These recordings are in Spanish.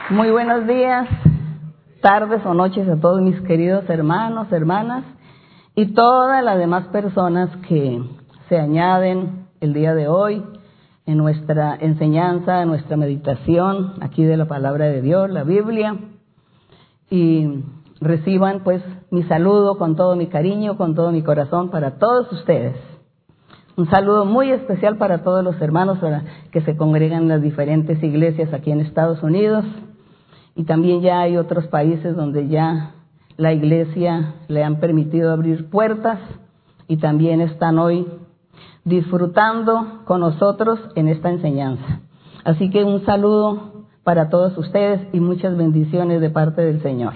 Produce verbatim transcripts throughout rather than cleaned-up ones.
Muy buenos días, tardes o noches a todos mis queridos hermanos, hermanas y todas las demás personas que se añaden el día de hoy en nuestra enseñanza, en nuestra meditación aquí de la palabra de Dios, la Biblia, y reciban pues mi saludo con todo mi cariño, con todo mi corazón para todos ustedes. Un saludo muy especial para todos los hermanos que se congregan en las diferentes iglesias aquí en Estados Unidos, y también ya hay otros países donde ya la iglesia le han permitido abrir puertas y también están hoy disfrutando con nosotros en esta enseñanza. Así que un saludo para todos ustedes y muchas bendiciones de parte del Señor.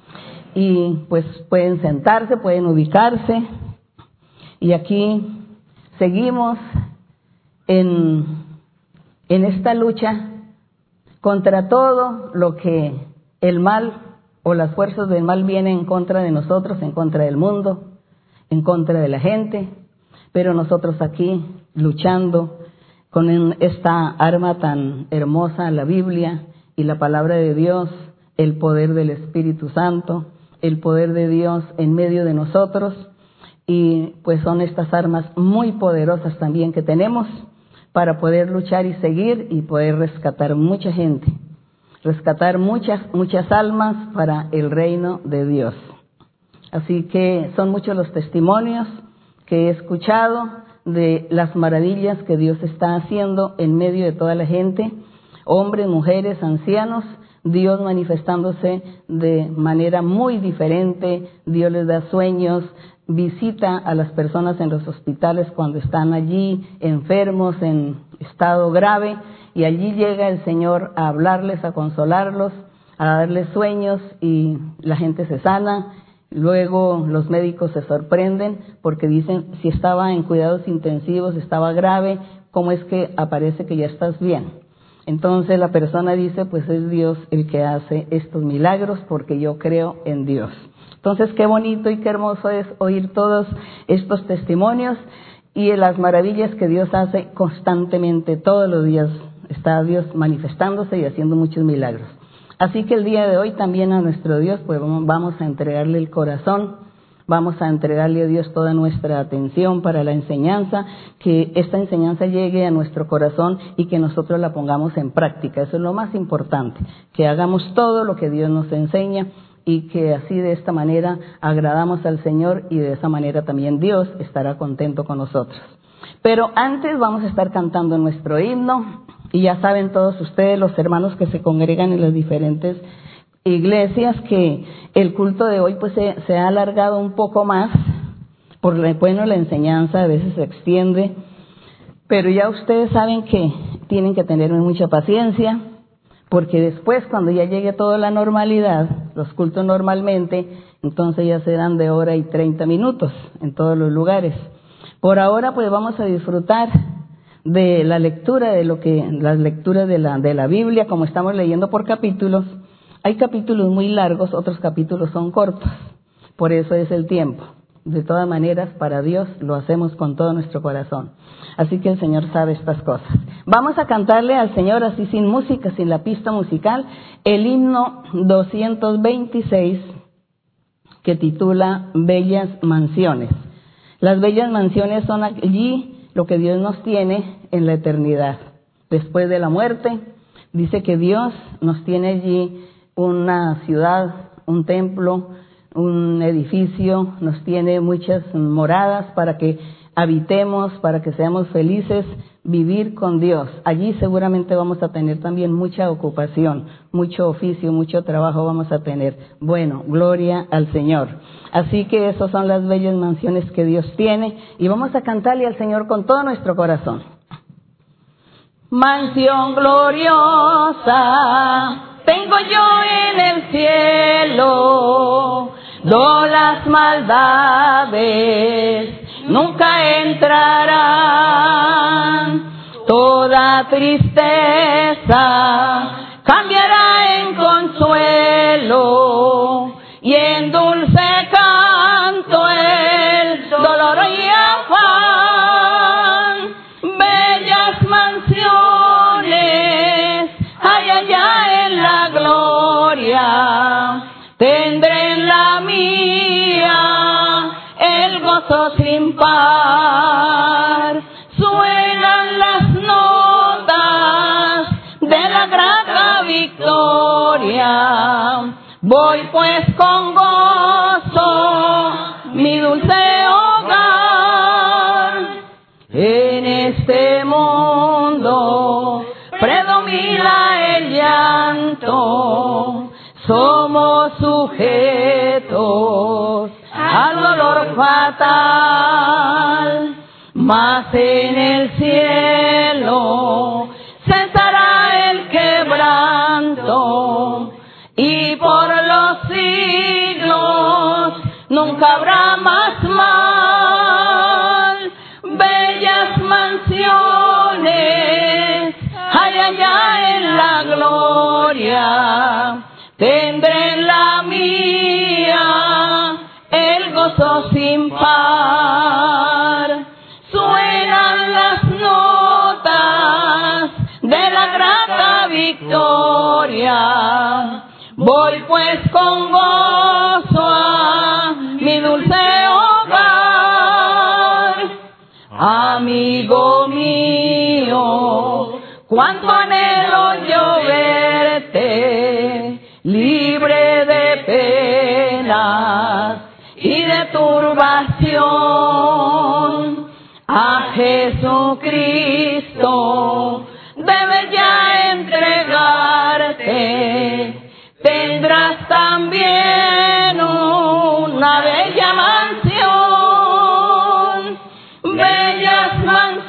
Y pues pueden sentarse, pueden ubicarse, y aquí seguimos en, en esta lucha contra todo lo que el mal o las fuerzas del mal vienen en contra de nosotros, en contra del mundo, en contra de la gente, pero nosotros aquí luchando con esta arma tan hermosa, la Biblia y la palabra de Dios, el poder del Espíritu Santo, el poder de Dios en medio de nosotros, y pues son estas armas muy poderosas también que tenemos para poder luchar y seguir y poder rescatar mucha gente, rescatar muchas, muchas almas para el reino de Dios. Así que son muchos los testimonios que he escuchado de las maravillas que Dios está haciendo en medio de toda la gente, hombres, mujeres, ancianos, Dios manifestándose de manera muy diferente. Dios les da sueños, visita a las personas en los hospitales cuando están allí enfermos, en estado grave, y allí llega el Señor a hablarles, a consolarlos, a darles sueños, y la gente se sana. Luego los médicos se sorprenden porque dicen, si estaba en cuidados intensivos, estaba grave, ¿cómo es que aparece que ya estás bien? Entonces la persona dice, pues es Dios el que hace estos milagros porque yo creo en Dios. Entonces qué bonito y qué hermoso es oír todos estos testimonios y las maravillas que Dios hace constantemente, todos los días está Dios manifestándose y haciendo muchos milagros. Así que el día de hoy también a nuestro Dios pues vamos a entregarle el corazón, vamos a entregarle a Dios toda nuestra atención para la enseñanza, que esta enseñanza llegue a nuestro corazón y que nosotros la pongamos en práctica. Eso es lo más importante, que hagamos todo lo que Dios nos enseña y que así de esta manera agradamos al Señor, y de esa manera también Dios estará contento con nosotros. Pero antes vamos a estar cantando nuestro himno, y ya saben todos ustedes, los hermanos que se congregan en las diferentes iglesias, que el culto de hoy pues se, se ha alargado un poco más, por la, bueno, la enseñanza a veces se extiende, pero ya ustedes saben que tienen que tener mucha paciencia, porque después cuando ya llegue toda la normalidad, los cultos normalmente, entonces ya serán de hora y treinta minutos en todos los lugares. Por ahora pues vamos a disfrutar de la lectura, de lo que, las lecturas de la, de la Biblia, como estamos leyendo por capítulos. Hay capítulos muy largos, otros capítulos son cortos, por eso es el tiempo. De todas maneras, para Dios lo hacemos con todo nuestro corazón. Así que el Señor sabe estas cosas. Vamos a cantarle al Señor así sin música, sin la pista musical, el himno doscientos veintiséis, que titula Bellas Mansiones. Las bellas mansiones son allí lo que Dios nos tiene en la eternidad. Después de la muerte, dice que Dios nos tiene allí una ciudad, un templo, un edificio, nos tiene muchas moradas para que habitemos, para que seamos felices, vivir con Dios. Allí seguramente vamos a tener también mucha ocupación, mucho oficio, mucho trabajo vamos a tener. Bueno, gloria al Señor. Así que esas son las bellas mansiones que Dios tiene, y vamos a cantarle al Señor con todo nuestro corazón. Mansión gloriosa tengo yo en el cielo, do las maldades nunca entrarán, toda tristeza cambiará en consuelo, y en dulce canto el dolor y afán. Bellas mansiones hay allá en la gloria, victoria, tendré en la mía el gozo sin par. Suenan las notas de la grata victoria, voy pues con gozo mi dulce hogar. En este mundo predomina el llanto, somos sujetos al dolor fatal, mas en el cielo cesará el quebranto y por los siglos nunca habrá más mal. Bellas mansiones hay allá en la gloria, tendré en la mía el gozo sin par. Suenan las notas de la grata victoria, voy pues con gozo a mi dulce hogar. Amigo mío, cuánto anhelo yo verte libre de penas y de turbación. A Jesucristo debes ya entregarte, tendrás también una bella mansión. Bellas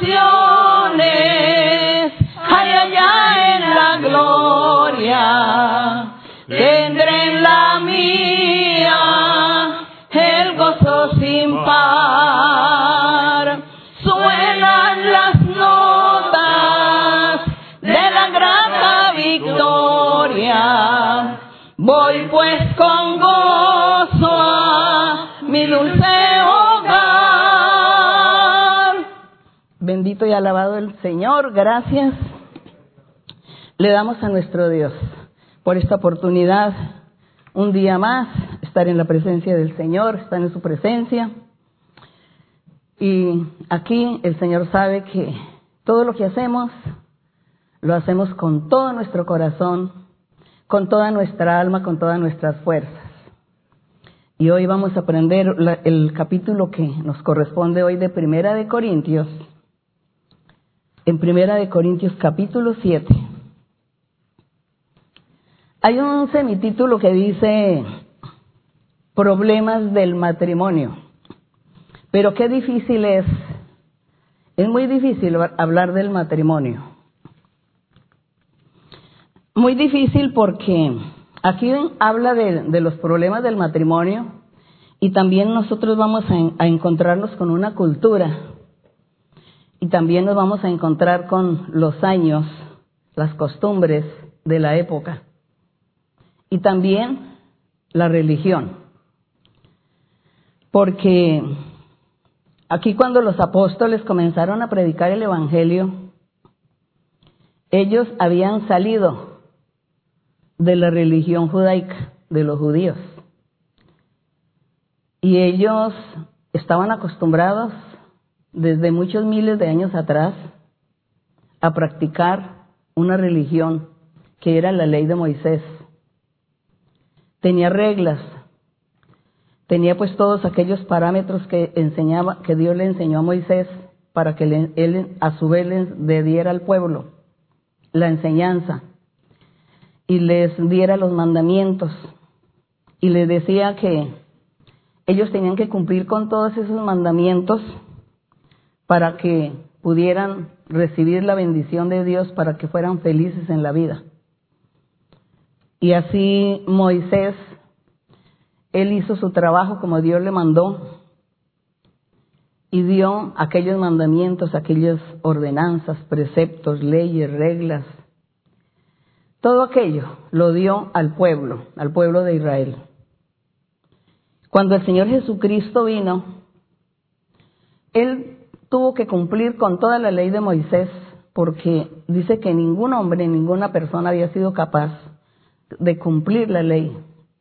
mansiones hay allá en la gloria, tendré en la mía el gozo sin par. Suenan las notas de la grata victoria, voy pues con gozo a mi dulce hogar. Bendito y alabado el Señor, gracias le damos a nuestro Dios por esta oportunidad, un día más, estar en la presencia del Señor, estar en su presencia. Y aquí el Señor sabe que todo lo que hacemos, lo hacemos con todo nuestro corazón, con toda nuestra alma, con todas nuestras fuerzas. Y hoy vamos a aprender la, el capítulo que nos corresponde hoy de Primera de Corintios. En Primera de Corintios capítulo siete. Hay un semitítulo que dice Problemas del matrimonio. Pero qué difícil es, es muy difícil hablar del matrimonio. Muy difícil porque aquí habla de, de los problemas del matrimonio y también nosotros vamos a, a encontrarnos con una cultura y también nos vamos a encontrar con los años, las costumbres de la época y también la religión. Porque aquí cuando los apóstoles comenzaron a predicar el evangelio, ellos habían salido de la religión judaica, de los judíos. Y ellos estaban acostumbrados desde muchos miles de años atrás a practicar una religión que era la ley de Moisés. Tenía reglas, tenía pues todos aquellos parámetros que enseñaba, que Dios le enseñó a Moisés para que le, él a su vez le diera al pueblo la enseñanza y les diera los mandamientos y les decía que ellos tenían que cumplir con todos esos mandamientos para que pudieran recibir la bendición de Dios, para que fueran felices en la vida. Y así Moisés, él hizo su trabajo como Dios le mandó y dio aquellos mandamientos, aquellas ordenanzas, preceptos, leyes, reglas. Todo aquello lo dio al pueblo, al pueblo de Israel. Cuando el Señor Jesucristo vino, Él tuvo que cumplir con toda la ley de Moisés, porque dice que ningún hombre, ninguna persona había sido capaz de cumplir la ley.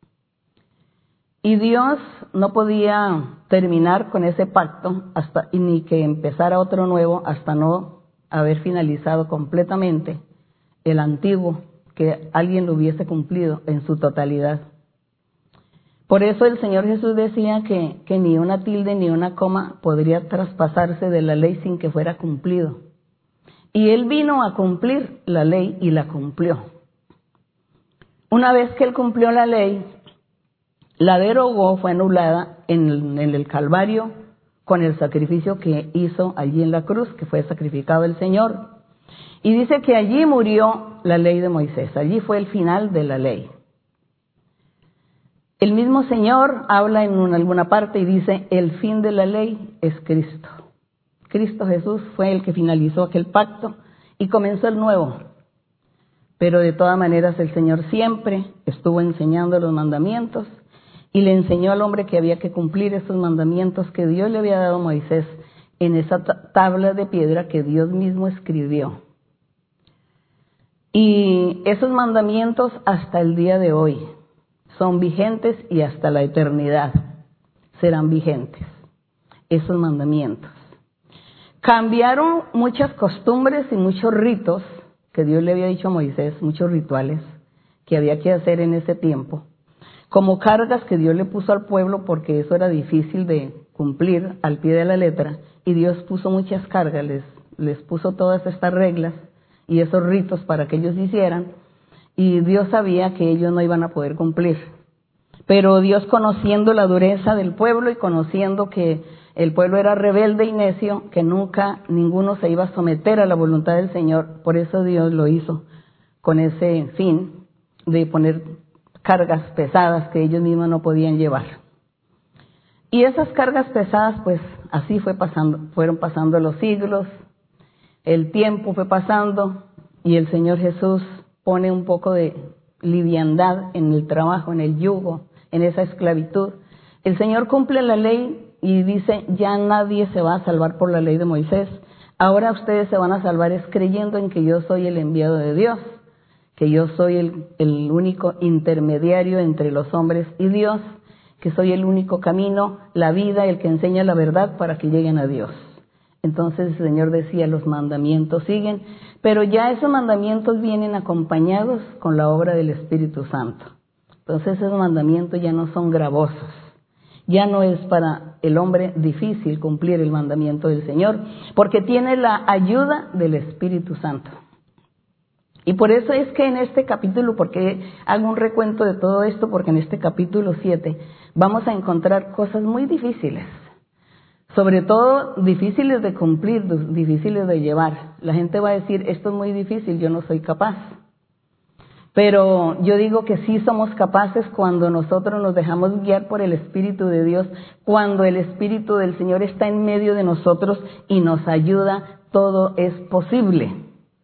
Y Dios no podía terminar con ese pacto hasta y ni que empezara otro nuevo hasta no haber finalizado completamente el antiguo, que alguien lo hubiese cumplido en su totalidad. Por eso el Señor Jesús decía que, que ni una tilde ni una coma podría traspasarse de la ley sin que fuera cumplido. Y Él vino a cumplir la ley y la cumplió. Una vez que Él cumplió la ley, la derogó, fue anulada en, en el Calvario con el sacrificio que hizo allí en la cruz, que fue sacrificado el Señor. Y dice que allí murió la ley de Moisés, allí fue el final de la ley. El mismo Señor habla en una, alguna parte y dice, el fin de la ley es Cristo. Cristo Jesús fue el que finalizó aquel pacto y comenzó el nuevo. Pero de todas maneras el Señor siempre estuvo enseñando los mandamientos y le enseñó al hombre que había que cumplir esos mandamientos que Dios le había dado a Moisés en esa tabla de piedra que Dios mismo escribió. Y esos mandamientos hasta el día de hoy son vigentes y hasta la eternidad serán vigentes, esos mandamientos. Cambiaron muchas costumbres y muchos ritos que Dios le había dicho a Moisés, muchos rituales que había que hacer en ese tiempo, como cargas que Dios le puso al pueblo porque eso era difícil de cumplir al pie de la letra, y Dios puso muchas cargas, les, les puso todas estas reglas y esos ritos para que ellos hicieran, y Dios sabía que ellos no iban a poder cumplir. Pero Dios, conociendo la dureza del pueblo y conociendo que el pueblo era rebelde y necio, que nunca ninguno se iba a someter a la voluntad del Señor, por eso Dios lo hizo, con ese fin de poner cargas pesadas que ellos mismos no podían llevar. Y esas cargas pesadas, pues así fue pasando, fueron pasando los siglos, el tiempo fue pasando y el Señor Jesús pone un poco de liviandad en el trabajo, en el yugo, en esa esclavitud. El Señor cumple la ley y dice, ya nadie se va a salvar por la ley de Moisés. Ahora ustedes se van a salvar es creyendo en que yo soy el enviado de Dios, que yo soy el, el único intermediario entre los hombres y Dios, que soy el único camino, la vida, el que enseña la verdad para que lleguen a Dios. Entonces el Señor decía, los mandamientos siguen, pero ya esos mandamientos vienen acompañados con la obra del Espíritu Santo. Entonces esos mandamientos ya no son gravosos, ya no es para el hombre difícil cumplir el mandamiento del Señor, porque tiene la ayuda del Espíritu Santo. Y por eso es que en este capítulo, porque hago un recuento de todo esto, porque en este capítulo siete vamos a encontrar cosas muy difíciles, sobre todo difíciles de cumplir, difíciles de llevar. La gente va a decir, esto es muy difícil, yo no soy capaz. Pero yo digo que sí somos capaces cuando nosotros nos dejamos guiar por el Espíritu de Dios, cuando el Espíritu del Señor está en medio de nosotros y nos ayuda, todo es posible.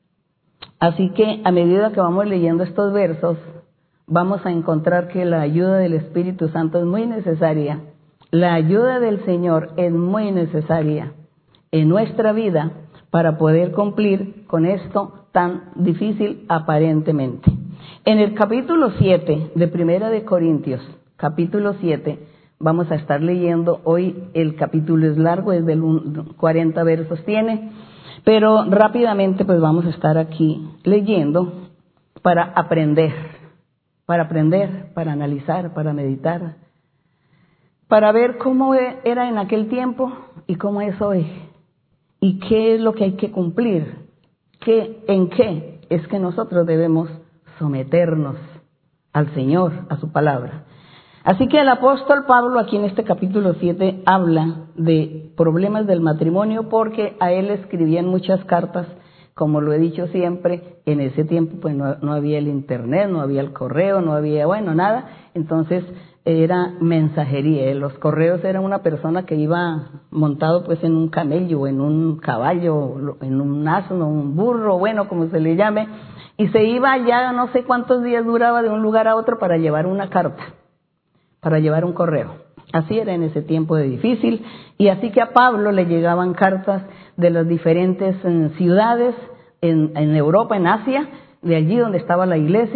Así que a medida que vamos leyendo estos versos, vamos a encontrar que la ayuda del Espíritu Santo es muy necesaria. La ayuda del Señor es muy necesaria en nuestra vida para poder cumplir con esto tan difícil aparentemente. En el capítulo siete de Primera de Corintios, capítulo siete, vamos a estar leyendo hoy. El capítulo es largo, es de cuarenta versos tiene, pero rápidamente pues vamos a estar aquí leyendo para aprender, para aprender, para analizar, para meditar, para ver cómo era en aquel tiempo y cómo es hoy, y qué es lo que hay que cumplir, qué, en qué es que nosotros debemos someternos al Señor, a su palabra. Así que el apóstol Pablo aquí en este capítulo siete habla de problemas del matrimonio, porque a él le escribían muchas cartas, como lo he dicho siempre. En ese tiempo pues no, no había el internet, no había el correo, no había, bueno, nada, entonces era mensajería. Los correos eran una persona que iba montado pues en un camello, en un caballo, en un asno, un burro, bueno, como se le llame, y se iba allá, no sé cuántos días duraba de un lugar a otro para llevar una carta, para llevar un correo. Así era en ese tiempo de difícil, y así que a Pablo le llegaban cartas de las diferentes eh, ciudades en, en Europa, en Asia, de allí donde estaba la iglesia,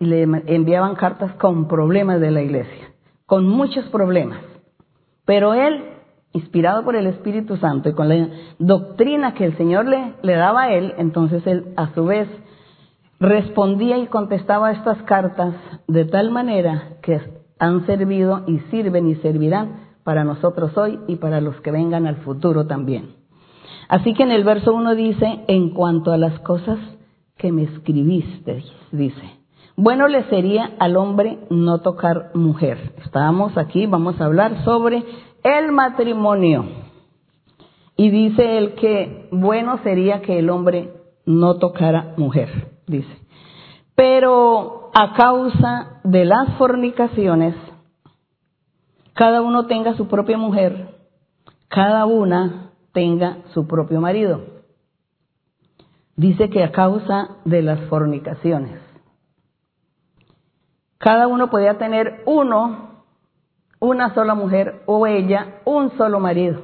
y le enviaban cartas con problemas de la iglesia, con muchos problemas. Pero él, inspirado por el Espíritu Santo y con la doctrina que el Señor le, le daba a él, entonces él a su vez respondía y contestaba estas cartas de tal manera que han servido y sirven y servirán para nosotros hoy y para los que vengan al futuro también. Así que en el verso uno dice, en cuanto a las cosas que me escribiste, dice, bueno le sería al hombre no tocar mujer. Estábamos aquí, vamos a hablar sobre el matrimonio. Y dice él que bueno sería que el hombre no tocara mujer, dice. Pero a causa de las fornicaciones, cada uno tenga su propia mujer, cada una tenga su propio marido. Dice que a causa de las fornicaciones. Cada uno podía tener uno, una sola mujer, o ella, un solo marido.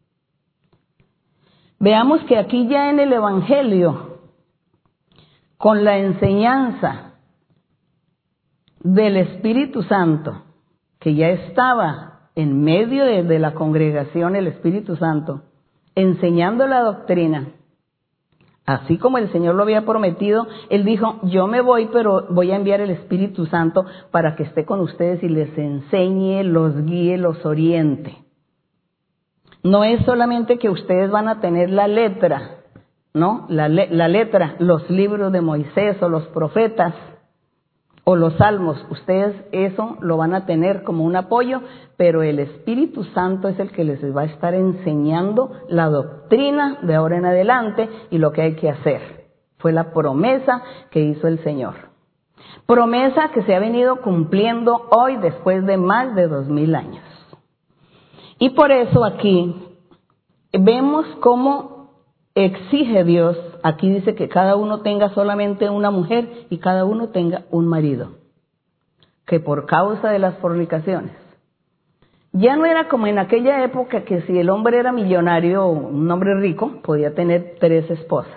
Veamos que aquí ya en el Evangelio, con la enseñanza del Espíritu Santo, que ya estaba en medio de, de la congregación, el Espíritu Santo, enseñando la doctrina, así como el Señor lo había prometido, Él dijo, yo me voy, pero voy a enviar el Espíritu Santo para que esté con ustedes y les enseñe, los guíe, los oriente. No es solamente que ustedes van a tener la letra, ¿no? La, le- la letra, los libros de Moisés o los profetas o los salmos, ustedes eso lo van a tener como un apoyo, pero el Espíritu Santo es el que les va a estar enseñando la doctrina de ahora en adelante y lo que hay que hacer. Fue la promesa que hizo el Señor. Promesa que se ha venido cumpliendo hoy después de más de dos mil años. Y por eso aquí vemos cómo exige Dios, aquí dice que cada uno tenga solamente una mujer y cada uno tenga un marido, que por causa de las fornicaciones. Ya no era como en aquella época que si el hombre era millonario o un hombre rico, podía tener tres esposas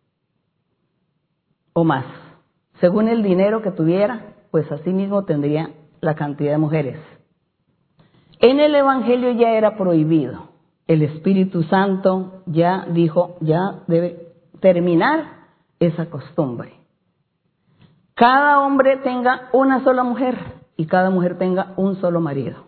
o más. Según el dinero que tuviera, pues así mismo tendría la cantidad de mujeres. En el Evangelio ya era prohibido. El Espíritu Santo ya dijo, ya debe terminar esa costumbre. Cada hombre tenga una sola mujer y cada mujer tenga un solo marido.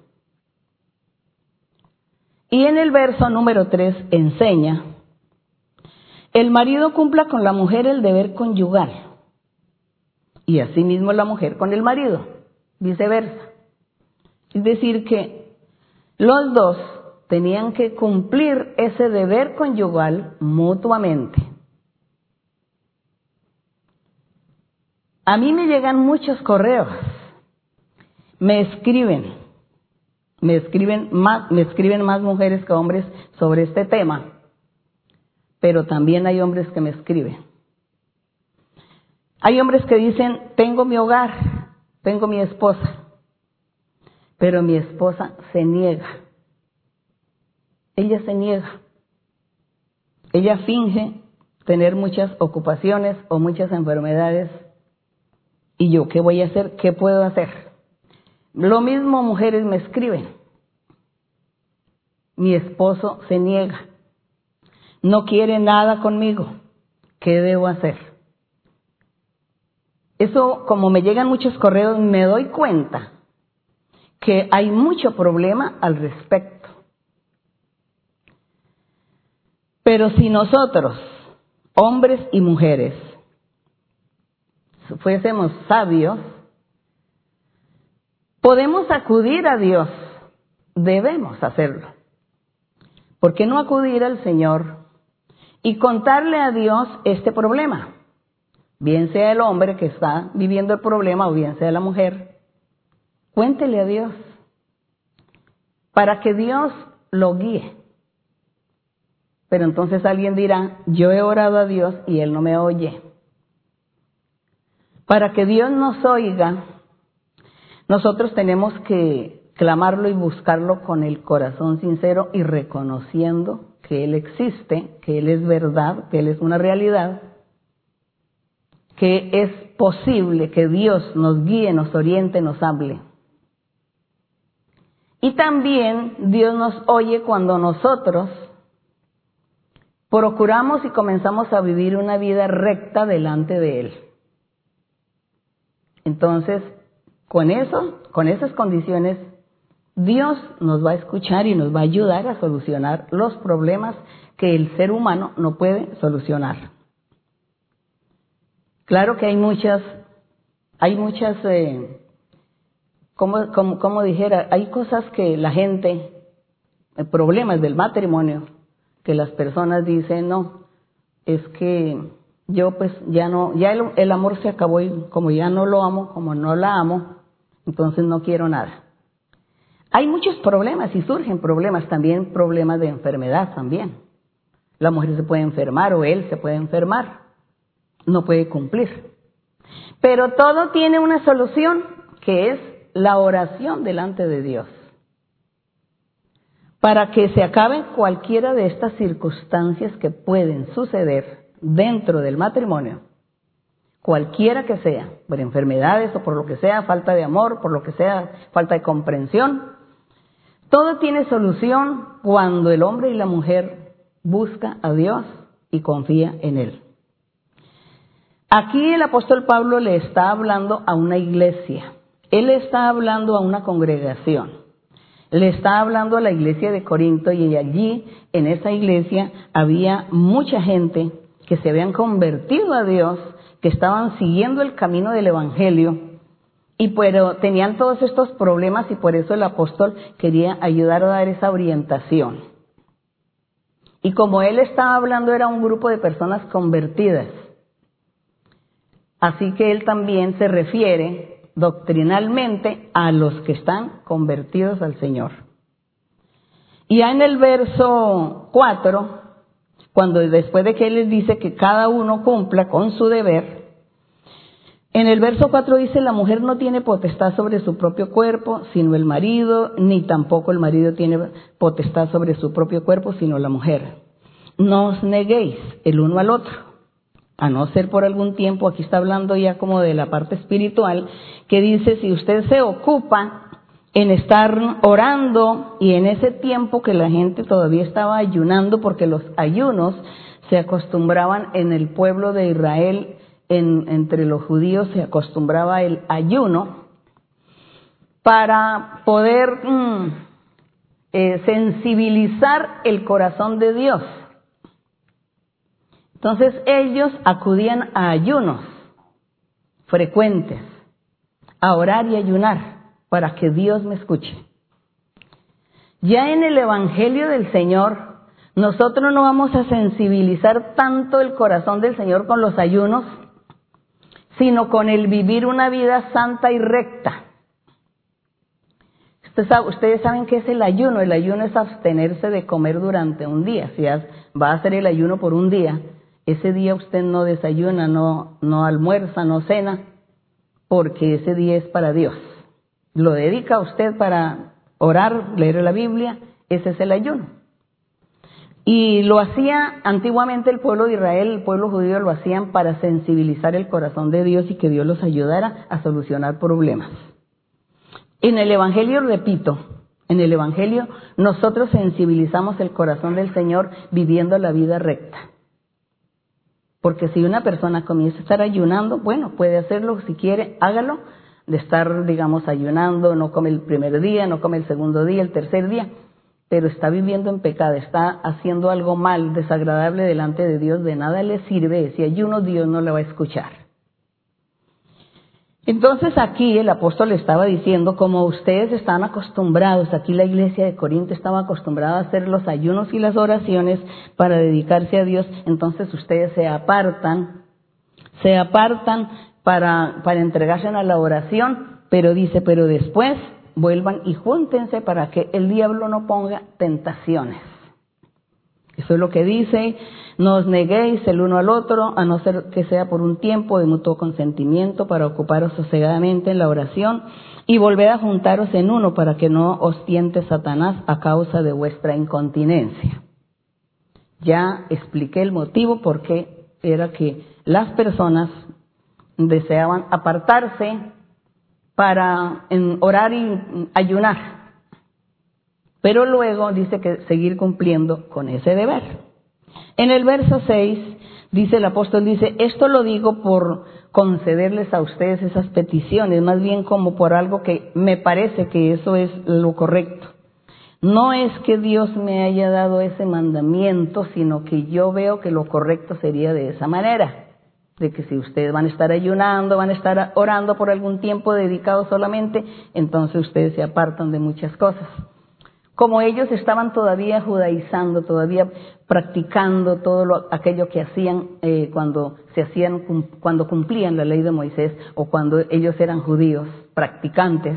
Y en el verso número tres enseña, el marido cumpla con la mujer el deber conyugal y asimismo la mujer con el marido, viceversa. Es decir que los dos tenían que cumplir ese deber conyugal mutuamente. A mí me llegan muchos correos, me escriben, me escriben más, me escriben más mujeres que hombres sobre este tema, pero también hay hombres que me escriben. Hay hombres que dicen, tengo mi hogar, tengo mi esposa, pero mi esposa se niega. Ella se niega. Ella finge tener muchas ocupaciones o muchas enfermedades. ¿Y yo qué voy a hacer? ¿Qué puedo hacer? Lo mismo mujeres me escriben. Mi esposo se niega. No quiere nada conmigo. ¿Qué debo hacer? Eso, como me llegan muchos correos, me doy cuenta que hay mucho problema al respecto. Pero si nosotros, hombres y mujeres, fuésemos sabios, podemos acudir a Dios, debemos hacerlo. ¿Por qué no acudir al Señor y contarle a Dios este problema? Bien sea el hombre que está viviendo el problema o bien sea la mujer. Cuéntele a Dios para que Dios lo guíe. Pero entonces alguien dirá, yo he orado a Dios y Él no me oye. Para que Dios nos oiga, nosotros tenemos que clamarlo y buscarlo con el corazón sincero y reconociendo que Él existe, que Él es verdad, que Él es una realidad, que es posible que Dios nos guíe, nos oriente, nos hable. Y también Dios nos oye cuando nosotros procuramos y comenzamos a vivir una vida recta delante de Él. Entonces, con eso, con esas condiciones, Dios nos va a escuchar y nos va a ayudar a solucionar los problemas que el ser humano no puede solucionar. Claro que hay muchas, hay muchas, eh, como, como, como dijera, hay cosas que la gente, problemas del matrimonio, que las personas dicen, no, es que yo pues ya no, ya el, el amor se acabó y como ya no lo amo, como no la amo, entonces no quiero nada. Hay muchos problemas y surgen problemas, también problemas de enfermedad también. La mujer se puede enfermar o él se puede enfermar, no puede cumplir. Pero todo tiene una solución, que es la oración delante de Dios. Para que se acaben cualquiera de estas circunstancias que pueden suceder dentro del matrimonio, cualquiera que sea, por enfermedades o por lo que sea, falta de amor, por lo que sea, falta de comprensión, todo tiene solución cuando el hombre y la mujer busca a Dios y confía en Él. Aquí el apóstol Pablo le está hablando a una iglesia, él está hablando a una congregación, le está hablando a la iglesia de Corinto y allí en esa iglesia había mucha gente que se habían convertido a Dios, que estaban siguiendo el camino del evangelio y pero tenían todos estos problemas y por eso el apóstol quería ayudar a dar esa orientación. Y como él estaba hablando era un grupo de personas convertidas. Así que él también se refiere doctrinalmente a los que están convertidos al Señor. Y ya en el verso cuatro, cuando después de que él les dice que cada uno cumpla con su deber, en el verso cuatro dice, la mujer no tiene potestad sobre su propio cuerpo, sino el marido, ni tampoco el marido tiene potestad sobre su propio cuerpo, sino la mujer. No os neguéis el uno al otro, a no ser por algún tiempo, aquí está hablando ya como de la parte espiritual, que dice, si usted se ocupa en estar orando y en ese tiempo que la gente todavía estaba ayunando, porque los ayunos se acostumbraban en el pueblo de Israel, en, entre los judíos se acostumbraba el ayuno, para poder mm, eh, sensibilizar el corazón de Dios. Entonces ellos acudían a ayunos frecuentes, a orar y ayunar para que Dios me escuche. Ya en el Evangelio del Señor, nosotros no vamos a sensibilizar tanto el corazón del Señor con los ayunos, sino con el vivir una vida santa y recta. Ustedes saben qué es el ayuno. El ayuno es abstenerse de comer durante un día. Si va a hacer el ayuno por un día, ese día usted no desayuna, no, no almuerza, no cena, porque ese día es para Dios. Lo dedica usted para orar, leer la Biblia, ese es el ayuno. Y lo hacía antiguamente el pueblo de Israel, el pueblo judío lo hacían para sensibilizar el corazón de Dios y que Dios los ayudara a solucionar problemas. En el Evangelio, repito, en el Evangelio nosotros sensibilizamos el corazón del Señor viviendo la vida recta. Porque si una persona comienza a estar ayunando, bueno, puede hacerlo si quiere, hágalo, de estar, digamos, ayunando, no come el primer día, no come el segundo día, el tercer día, pero está viviendo en pecado, está haciendo algo mal, desagradable delante de Dios, de nada le sirve, ese ayuno Dios no le va a escuchar. Entonces aquí el apóstol estaba diciendo, como ustedes están acostumbrados, aquí la iglesia de Corinto estaba acostumbrada a hacer los ayunos y las oraciones para dedicarse a Dios, entonces ustedes se apartan, se apartan para, para entregarse a la oración, pero dice, pero después vuelvan y júntense para que el diablo no ponga tentaciones. Eso es lo que dice, no os neguéis el uno al otro, a no ser que sea por un tiempo de mutuo consentimiento para ocuparos sosegadamente en la oración y volved a juntaros en uno para que no os tiente Satanás a causa de vuestra incontinencia. Ya expliqué el motivo por qué era que las personas deseaban apartarse para en, orar y ayunar. Pero luego dice que seguir cumpliendo con ese deber. En el verso seis dice el apóstol, dice, esto lo digo por concederles a ustedes esas peticiones, más bien como por algo que me parece que eso es lo correcto. No es que Dios me haya dado ese mandamiento, sino que yo veo que lo correcto sería de esa manera, de que si ustedes van a estar ayunando, van a estar orando por algún tiempo dedicado solamente, entonces ustedes se apartan de muchas cosas. Como ellos estaban todavía judaizando, todavía practicando todo lo, aquello que hacían eh, cuando se hacían, cuando cumplían la ley de Moisés o cuando ellos eran judíos, practicantes.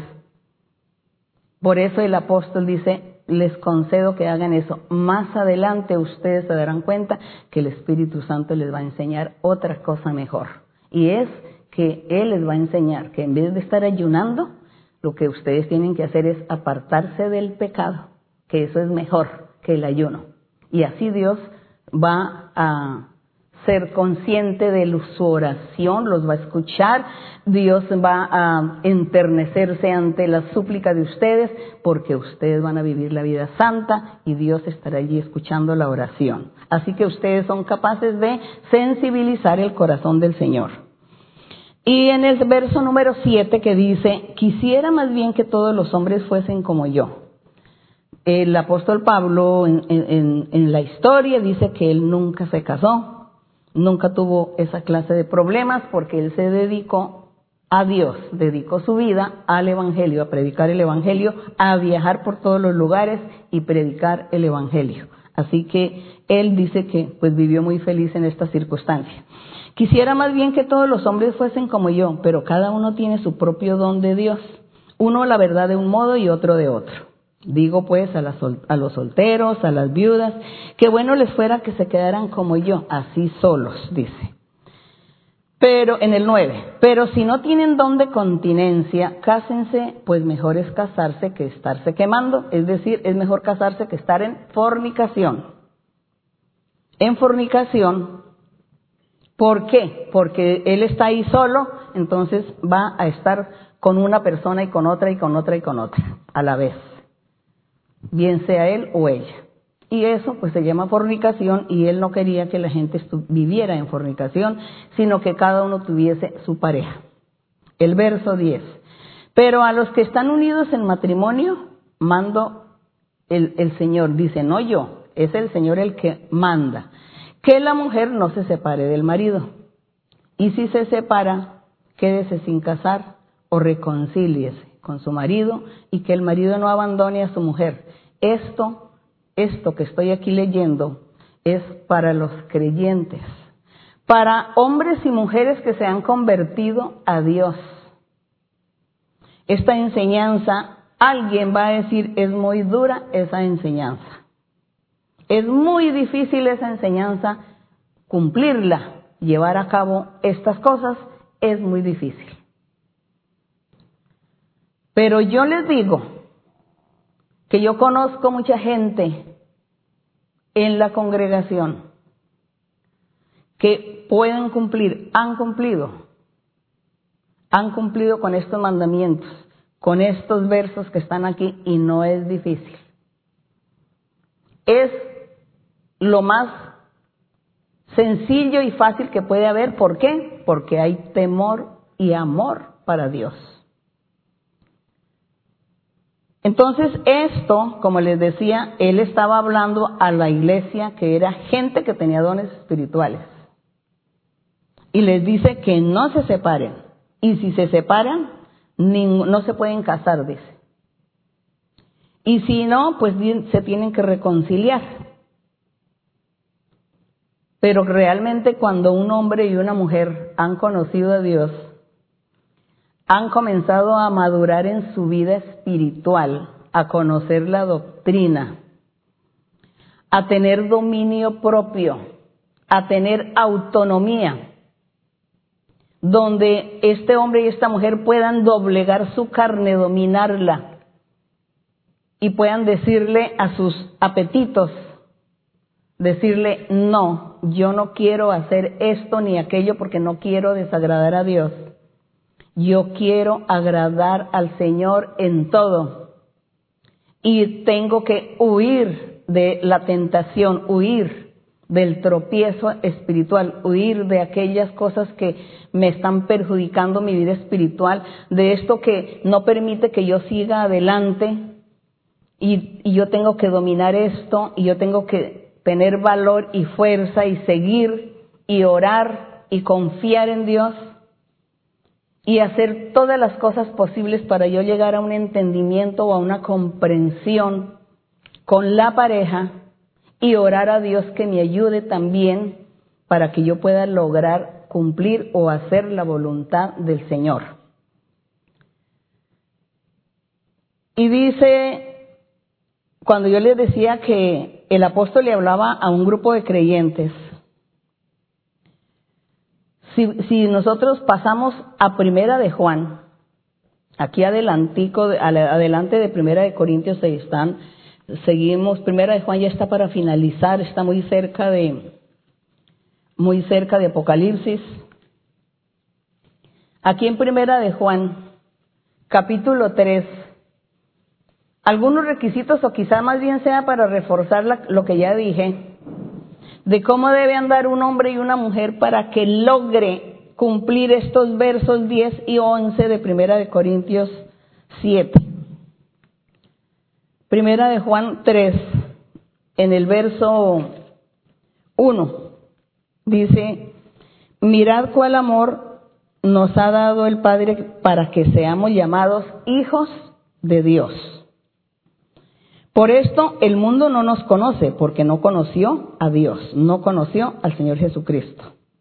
Por eso el apóstol dice, les concedo que hagan eso. Más adelante ustedes se darán cuenta que el Espíritu Santo les va a enseñar otra cosa mejor. Y es que Él les va a enseñar que en vez de estar ayunando, lo que ustedes tienen que hacer es apartarse del pecado, que eso es mejor que el ayuno. Y así Dios va a ser consciente de su oración, los va a escuchar, Dios va a enternecerse ante la súplica de ustedes, porque ustedes van a vivir la vida santa y Dios estará allí escuchando la oración. Así que ustedes son capaces de sensibilizar el corazón del Señor. Y en el verso número siete que dice, quisiera más bien que todos los hombres fuesen como yo. El apóstol Pablo en, en, en la historia dice que él nunca se casó, nunca tuvo esa clase de problemas porque él se dedicó a Dios, dedicó su vida al Evangelio, a predicar el Evangelio, a viajar por todos los lugares y predicar el Evangelio. Así que él dice que pues vivió muy feliz en esta circunstancia. Quisiera más bien que todos los hombres fuesen como yo, pero cada uno tiene su propio don de Dios. Uno la verdad de un modo y otro de otro. Digo pues a, las, a los solteros, a las viudas, que bueno les fuera que se quedaran como yo, así solos, dice. Pero en el nueve, pero si no tienen don de continencia, cásense, pues mejor es casarse que estarse quemando. Es decir, es mejor casarse que estar en fornicación. En fornicación. ¿Por qué? Porque él está ahí solo, entonces va a estar con una persona y con otra y con otra y con otra a la vez, bien sea él o ella. Y eso pues se llama fornicación y él no quería que la gente viviera en fornicación, sino que cada uno tuviese su pareja. El verso diez. Pero a los que están unidos en matrimonio, mando el, el Señor, dice, no yo, es el Señor el que manda. Que la mujer no se separe del marido. Y si se separa, quédese sin casar o reconcíliese con su marido y que el marido no abandone a su mujer. Esto, esto que estoy aquí leyendo es para los creyentes, para hombres y mujeres que se han convertido a Dios. Esta enseñanza, alguien va a decir, es muy dura esa enseñanza. Es muy difícil esa enseñanza, cumplirla, llevar a cabo estas cosas, es muy difícil. Pero yo les digo que yo conozco mucha gente en la congregación que pueden cumplir, han cumplido, han cumplido con estos mandamientos, con estos versos que están aquí y no es difícil. Es lo más sencillo y fácil que puede haber. ¿Por qué? Porque hay temor y amor para Dios. Entonces esto, como les decía, él estaba hablando a la iglesia que era gente que tenía dones espirituales. Y les dice que no se separen. Y si se separan, no se pueden casar, dice. Y si no, pues se tienen que reconciliar. Pero realmente cuando un hombre y una mujer han conocido a Dios, han comenzado a madurar en su vida espiritual, a conocer la doctrina, a tener dominio propio, a tener autonomía, donde este hombre y esta mujer puedan doblegar su carne, dominarla, y puedan decirle a sus apetitos, decirle, no, yo no quiero hacer esto ni aquello porque no quiero desagradar a Dios. Yo quiero agradar al Señor en todo. Y tengo que huir de la tentación, huir del tropiezo espiritual, huir de aquellas cosas que me están perjudicando mi vida espiritual, de esto que no permite que yo siga adelante y, y yo tengo que dominar esto y yo tengo que tener valor y fuerza y seguir y orar y confiar en Dios y hacer todas las cosas posibles para yo llegar a un entendimiento o a una comprensión con la pareja y orar a Dios que me ayude también para que yo pueda lograr cumplir o hacer la voluntad del Señor. Y dice, cuando yo les decía que el apóstol le hablaba a un grupo de creyentes, si, si nosotros pasamos a Primera de Juan, aquí adelantico, adelante de Primera de Corintios seis están, seguimos, Primera de Juan ya está para finalizar, está muy cerca de, muy cerca de Apocalipsis. Aquí en Primera de Juan, capítulo tres, algunos requisitos o quizá más bien sea para reforzar la, lo que ya dije, de cómo debe andar un hombre y una mujer para que logre cumplir estos versos diez y once de Primera de Corintios siete. Primera de Juan tres, en el verso uno, dice, mirad cuál amor nos ha dado el Padre para que seamos llamados hijos de Dios. Por esto el mundo no nos conoce, porque no conoció a Dios, no conoció al Señor Jesucristo.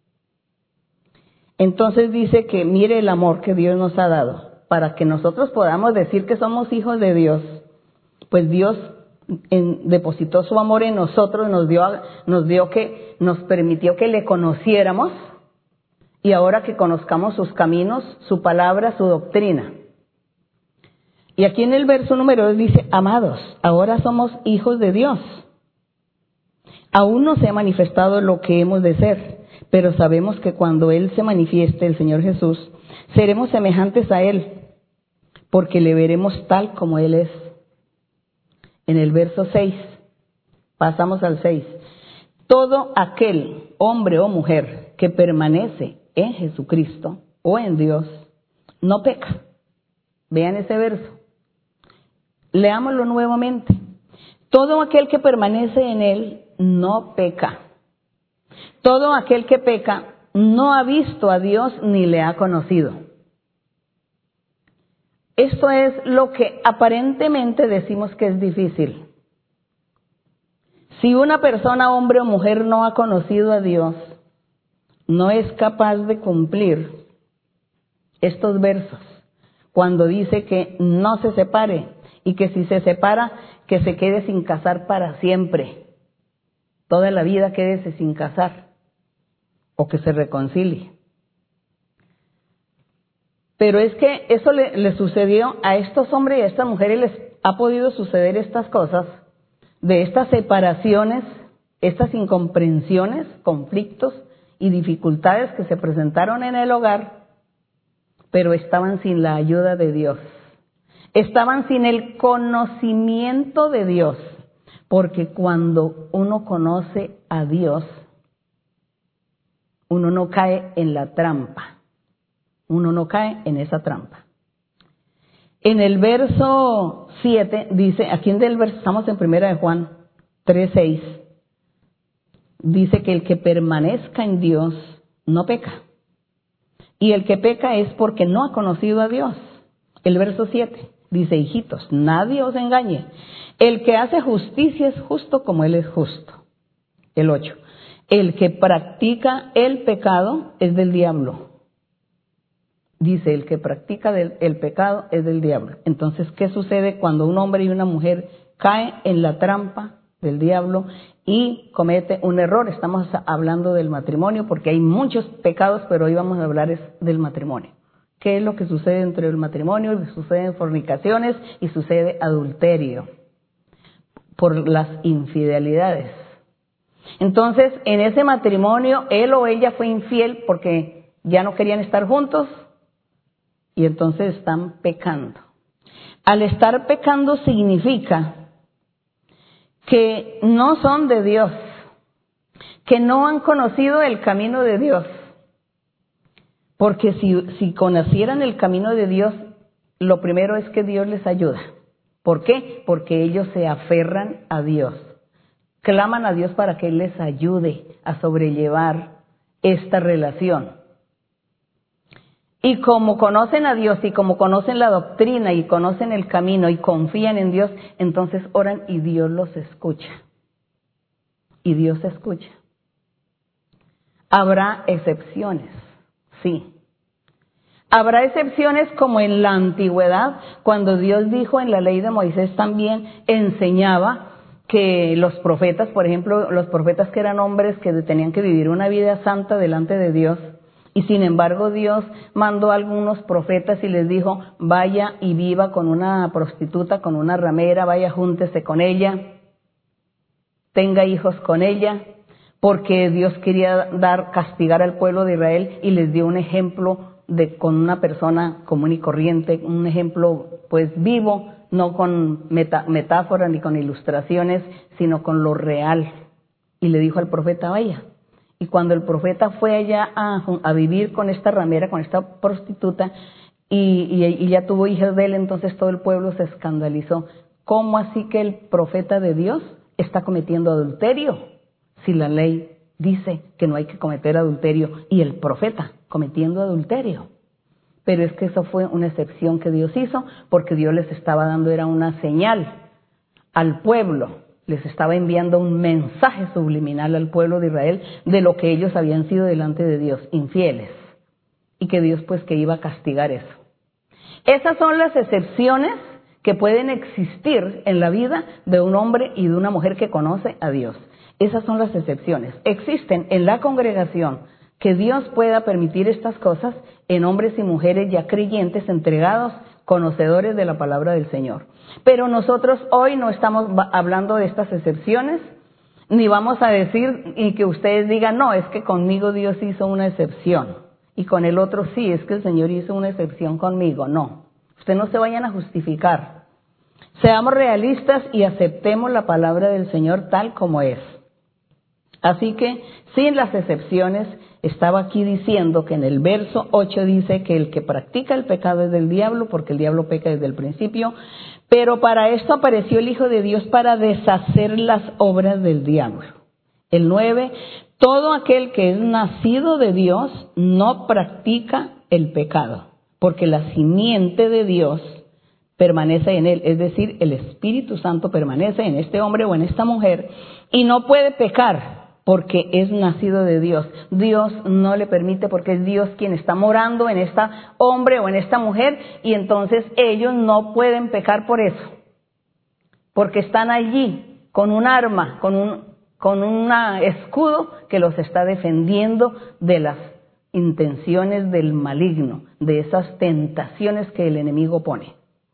Entonces dice que mire el amor que Dios nos ha dado, para que nosotros podamos decir que somos hijos de Dios. Pues Dios en, depositó su amor en nosotros, nos dio, nos dio que, nos permitió que le conociéramos, y ahora que conozcamos sus caminos, su palabra, su doctrina. Y aquí en el verso número dos dice, amados, ahora somos hijos de Dios. Aún no se ha manifestado lo que hemos de ser, pero sabemos que cuando Él se manifieste, el Señor Jesús, seremos semejantes a Él, porque le veremos tal como Él es. En el verso seis, pasamos al seis. Todo aquel hombre o mujer que permanece en Jesucristo o en Dios, no peca. Vean ese verso. Leámoslo nuevamente. Todo aquel que permanece en Él no peca. Todo aquel que peca no ha visto a Dios ni le ha conocido. Esto es lo que aparentemente decimos que es difícil. Si una persona, hombre o mujer, no ha conocido a Dios, no es capaz de cumplir estos versos, cuando dice que no se separe y que si se separa, que se quede sin casar para siempre. Toda la vida quédese sin casar o que se reconcilie. Pero es que eso le, le sucedió a estos hombres y a estas mujeres, les ha podido suceder estas cosas, de estas separaciones, estas incomprensiones, conflictos y dificultades que se presentaron en el hogar, pero estaban sin la ayuda de Dios. Estaban sin el conocimiento de Dios, porque cuando uno conoce a Dios, uno no cae en la trampa, uno no cae en esa trampa. En el verso siete dice, aquí en el verso, estamos en Primera de Juan tres seis, dice que el que permanezca en Dios no peca. Y el que peca es porque no ha conocido a Dios. El verso siete dice, hijitos, nadie os engañe. El que hace justicia es justo como Él es justo. El ocho, el que practica el pecado es del diablo. Dice, el que practica del, el pecado es del diablo. Entonces, ¿qué sucede cuando un hombre y una mujer caen en la trampa del diablo y comete un error? Estamos hablando del matrimonio porque hay muchos pecados, pero hoy vamos a hablar es del matrimonio. ¿Qué es lo que sucede entre el matrimonio? Suceden fornicaciones y sucede adulterio por las infidelidades. Entonces, en ese matrimonio, él o ella fue infiel porque ya no querían estar juntos y entonces están pecando. Al estar pecando significa que no son de Dios, que no han conocido el camino de Dios. Porque si, si conocieran el camino de Dios, lo primero es que Dios les ayuda. ¿Por qué? Porque ellos se aferran a Dios. Claman a Dios para que Él les ayude a sobrellevar esta relación. Y como conocen a Dios y como conocen la doctrina y conocen el camino y confían en Dios, entonces oran y Dios los escucha. Y Dios escucha. Habrá excepciones, sí. Habrá excepciones como en la antigüedad, cuando Dios dijo en la ley de Moisés también, enseñaba que los profetas, por ejemplo, los profetas que eran hombres que tenían que vivir una vida santa delante de Dios, y sin embargo Dios mandó a algunos profetas y les dijo, vaya y viva con una prostituta, con una ramera, vaya, júntese con ella, tenga hijos con ella, porque Dios quería dar, castigar al pueblo de Israel y les dio un ejemplo de con una persona común y corriente, un ejemplo pues vivo, no con meta, metáforas ni con ilustraciones, sino con lo real. Y le dijo al profeta, vaya. Y cuando el profeta fue allá a, a vivir con esta ramera, con esta prostituta, y, y, y ya tuvo hijos de él, entonces todo el pueblo se escandalizó. ¿Cómo así que el profeta de Dios está cometiendo adulterio? Si la ley dice que no hay que cometer adulterio y el profeta cometiendo adulterio. Pero es que eso fue una excepción que Dios hizo porque Dios les estaba dando, era una señal al pueblo, les estaba enviando un mensaje subliminal al pueblo de Israel de lo que ellos habían sido delante de Dios, infieles, y que Dios pues que iba a castigar eso. Esas son las excepciones que pueden existir en la vida de un hombre y de una mujer que conoce a Dios. Esas son las excepciones. Existen en la congregación que Dios pueda permitir estas cosas en hombres y mujeres ya creyentes, entregados, conocedores de la palabra del Señor. Pero nosotros hoy no estamos hablando de estas excepciones, ni vamos a decir y que ustedes digan, no, es que conmigo Dios hizo una excepción, y con el otro sí, es que el Señor hizo una excepción conmigo. No, ustedes no se vayan a justificar. Seamos realistas y aceptemos la palabra del Señor tal como es. Así que, sin las excepciones, estaba aquí diciendo que en el verso ocho dice que el que practica el pecado es del diablo, porque el diablo peca desde el principio, pero para esto apareció el Hijo de Dios para deshacer las obras del diablo. El nueve, todo aquel que es nacido de Dios no practica el pecado, porque la simiente de Dios permanece en él, es decir, el Espíritu Santo permanece en este hombre o en esta mujer y no puede pecar porque es nacido de Dios. Dios no le permite porque es Dios quien está morando en este hombre o en esta mujer y entonces ellos no pueden pecar por eso, porque están allí con un arma, con un, con un escudo que los está defendiendo de las intenciones del maligno, de esas tentaciones que el enemigo pone.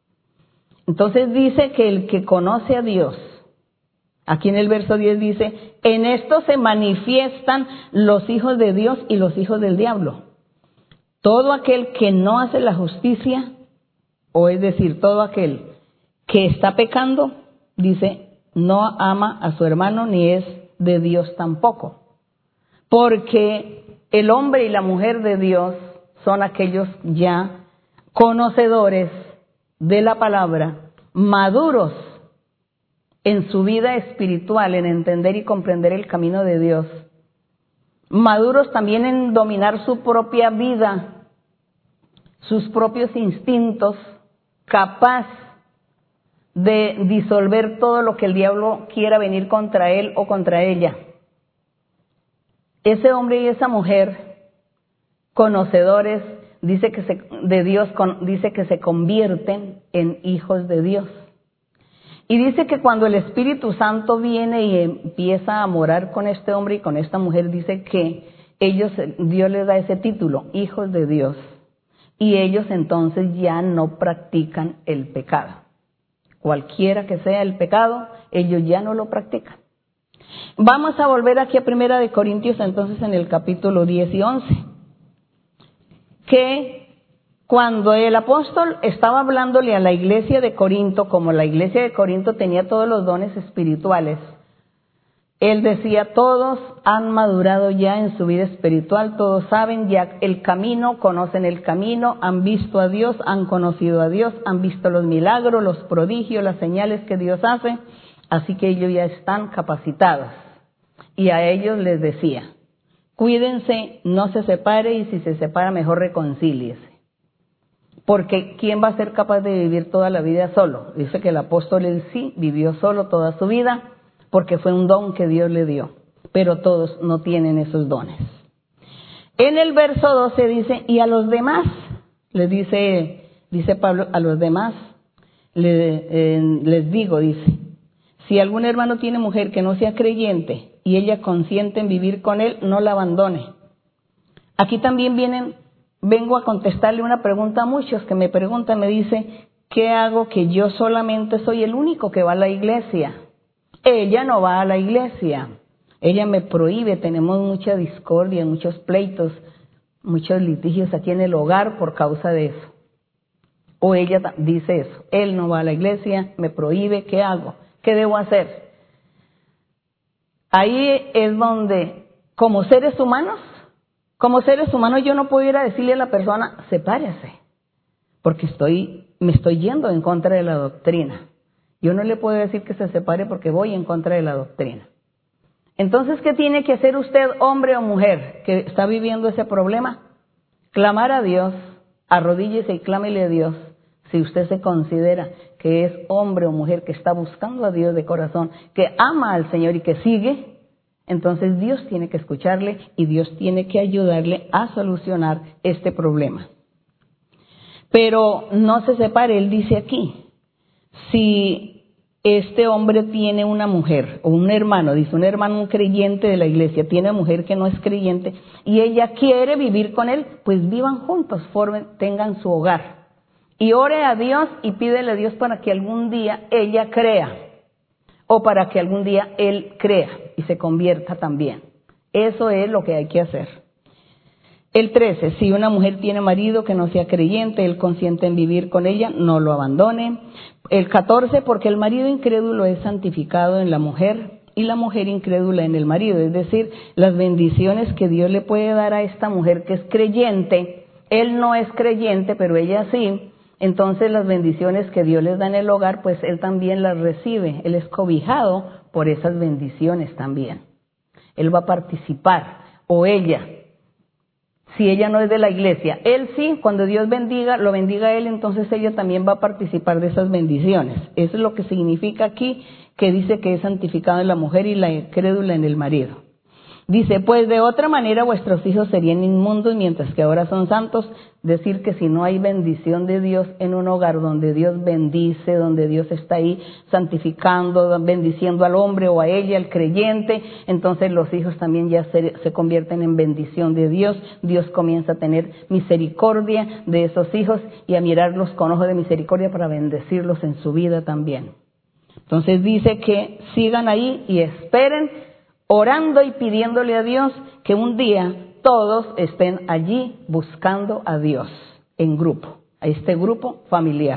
Entonces dice que el que conoce a Dios, aquí en el verso diez dice, en esto se manifiestan los hijos de Dios y los hijos del diablo. Todo aquel que no hace la justicia, o es decir, todo aquel que está pecando, dice, no ama a su hermano ni es de Dios tampoco. Porque el hombre y la mujer de Dios son aquellos ya conocedores de la palabra, maduros en su vida espiritual, en entender y comprender el camino de Dios, maduros también en dominar su propia vida, sus propios instintos, capaz de disolver todo lo que el diablo quiera venir contra él o contra ella. Ese hombre y esa mujer, conocedores, dice que se, de Dios, dice que se convierten en hijos de Dios. Y dice que cuando el Espíritu Santo viene y empieza a morar con este hombre y con esta mujer, dice que ellos, Dios les da ese título, hijos de Dios. Y ellos entonces ya no practican el pecado. Cualquiera que sea el pecado, ellos ya no lo practican. Vamos a volver aquí a Primera de Corintios, entonces en el capítulo diez y once, que cuando el apóstol estaba hablándole a la iglesia de Corinto, como la iglesia de Corinto tenía todos los dones espirituales, él decía, todos han madurado ya en su vida espiritual, todos saben ya el camino, conocen el camino, han visto a Dios, han conocido a Dios, han visto los milagros, los prodigios, las señales que Dios hace, así que ellos ya están capacitados. Y a ellos les decía, cuídense, no se separe y si se separa mejor reconcíliese. Porque ¿quién va a ser capaz de vivir toda la vida solo? Dice que el apóstol él sí vivió solo toda su vida, porque fue un don que Dios le dio, pero todos no tienen esos dones. En el verso doce dice, y a los demás, les dice, dice Pablo, a los demás, le, eh, les digo, dice, si algún hermano tiene mujer que no sea creyente y ella consiente en vivir con él, no la abandone. Aquí también vienen, vengo a contestarle una pregunta a muchos que me preguntan, me dice, ¿qué hago que yo solamente soy el único que va a la iglesia? Ella no va a la iglesia, ella me prohíbe, tenemos mucha discordia, muchos pleitos, muchos litigios aquí en el hogar por causa de eso. O ella dice eso, él no va a la iglesia, me prohíbe, ¿qué hago? ¿Qué debo hacer? Ahí es donde, como seres humanos, como seres humanos yo no puedo ir a decirle a la persona, sepárese, porque estoy, me estoy yendo en contra de la doctrina. Yo no le puedo decir que se separe porque voy en contra de la doctrina. Entonces, ¿qué tiene que hacer usted, hombre o mujer, que está viviendo ese problema? Clamar a Dios, arrodíllese y clámele a Dios. Si usted se considera que es hombre o mujer que está buscando a Dios de corazón, que ama al Señor y que sigue, entonces Dios tiene que escucharle y Dios tiene que ayudarle a solucionar este problema. Pero no se separe, él dice aquí, si este hombre tiene una mujer o un hermano, dice un hermano, un creyente de la iglesia, tiene una mujer que no es creyente y ella quiere vivir con él, pues vivan juntos, formen, tengan su hogar. Y ore a Dios y pídele a Dios para que algún día ella crea o para que algún día él crea y se convierta también. Eso es lo que hay que hacer. El trece, si una mujer tiene marido que no sea creyente, él consiente en vivir con ella, no lo abandone. El catorce, porque el marido incrédulo es santificado en la mujer y la mujer incrédula en el marido. Es decir, las bendiciones que Dios le puede dar a esta mujer que es creyente, él no es creyente, pero ella sí. Entonces las bendiciones que Dios les da en el hogar, pues él también las recibe. Él es cobijado por esas bendiciones también. Él va a participar, o ella. Si ella no es de la iglesia, él sí, cuando Dios bendiga, lo bendiga a él, entonces ella también va a participar de esas bendiciones. Eso es lo que significa aquí, que dice que es santificado en la mujer y la incrédula en el marido. Dice, pues de otra manera vuestros hijos serían inmundos mientras que ahora son santos. Decir que si no hay bendición de Dios en un hogar donde Dios bendice, donde Dios está ahí santificando, bendiciendo al hombre o a ella, al creyente, entonces los hijos también ya se, se convierten en bendición de Dios. Dios comienza a tener misericordia de esos hijos y a mirarlos con ojo de misericordia para bendecirlos en su vida también. Entonces dice que sigan ahí y esperen, orando y pidiéndole a Dios que un día todos estén allí buscando a Dios en grupo, a este grupo familiar.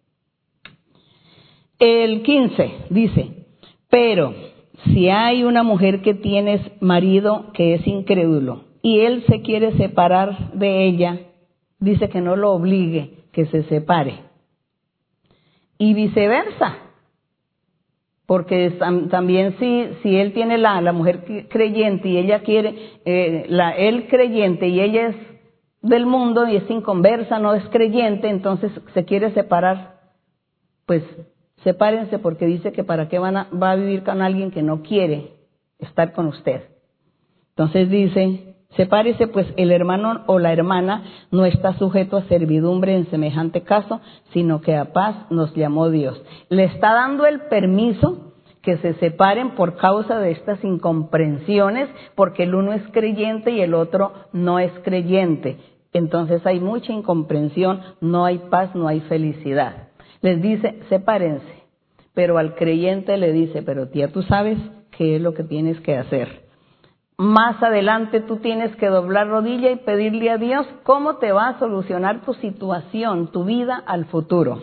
El quince dice, pero si hay una mujer que tiene marido que es incrédulo y él se quiere separar de ella, dice que no lo obligue, que se separe. Y viceversa. Porque también si, si él tiene la, la mujer creyente y ella quiere, eh, la, él creyente y ella es del mundo y es inconversa, no es creyente, entonces se quiere separar, pues sepárense porque dice que para qué van a, va a vivir con alguien que no quiere estar con usted. Entonces dice, sepárese pues el hermano o la hermana no está sujeto a servidumbre en semejante caso, sino que a paz nos llamó Dios. Le está dando el permiso que se separen por causa de estas incomprensiones, porque el uno es creyente y el otro no es creyente. Entonces hay mucha incomprensión, no hay paz, no hay felicidad. Les dice, sepárense, pero al creyente le dice, pero tía, tú sabes qué es lo que tienes que hacer. Más adelante tú tienes que doblar rodilla y pedirle a Dios cómo te va a solucionar tu situación, tu vida al futuro.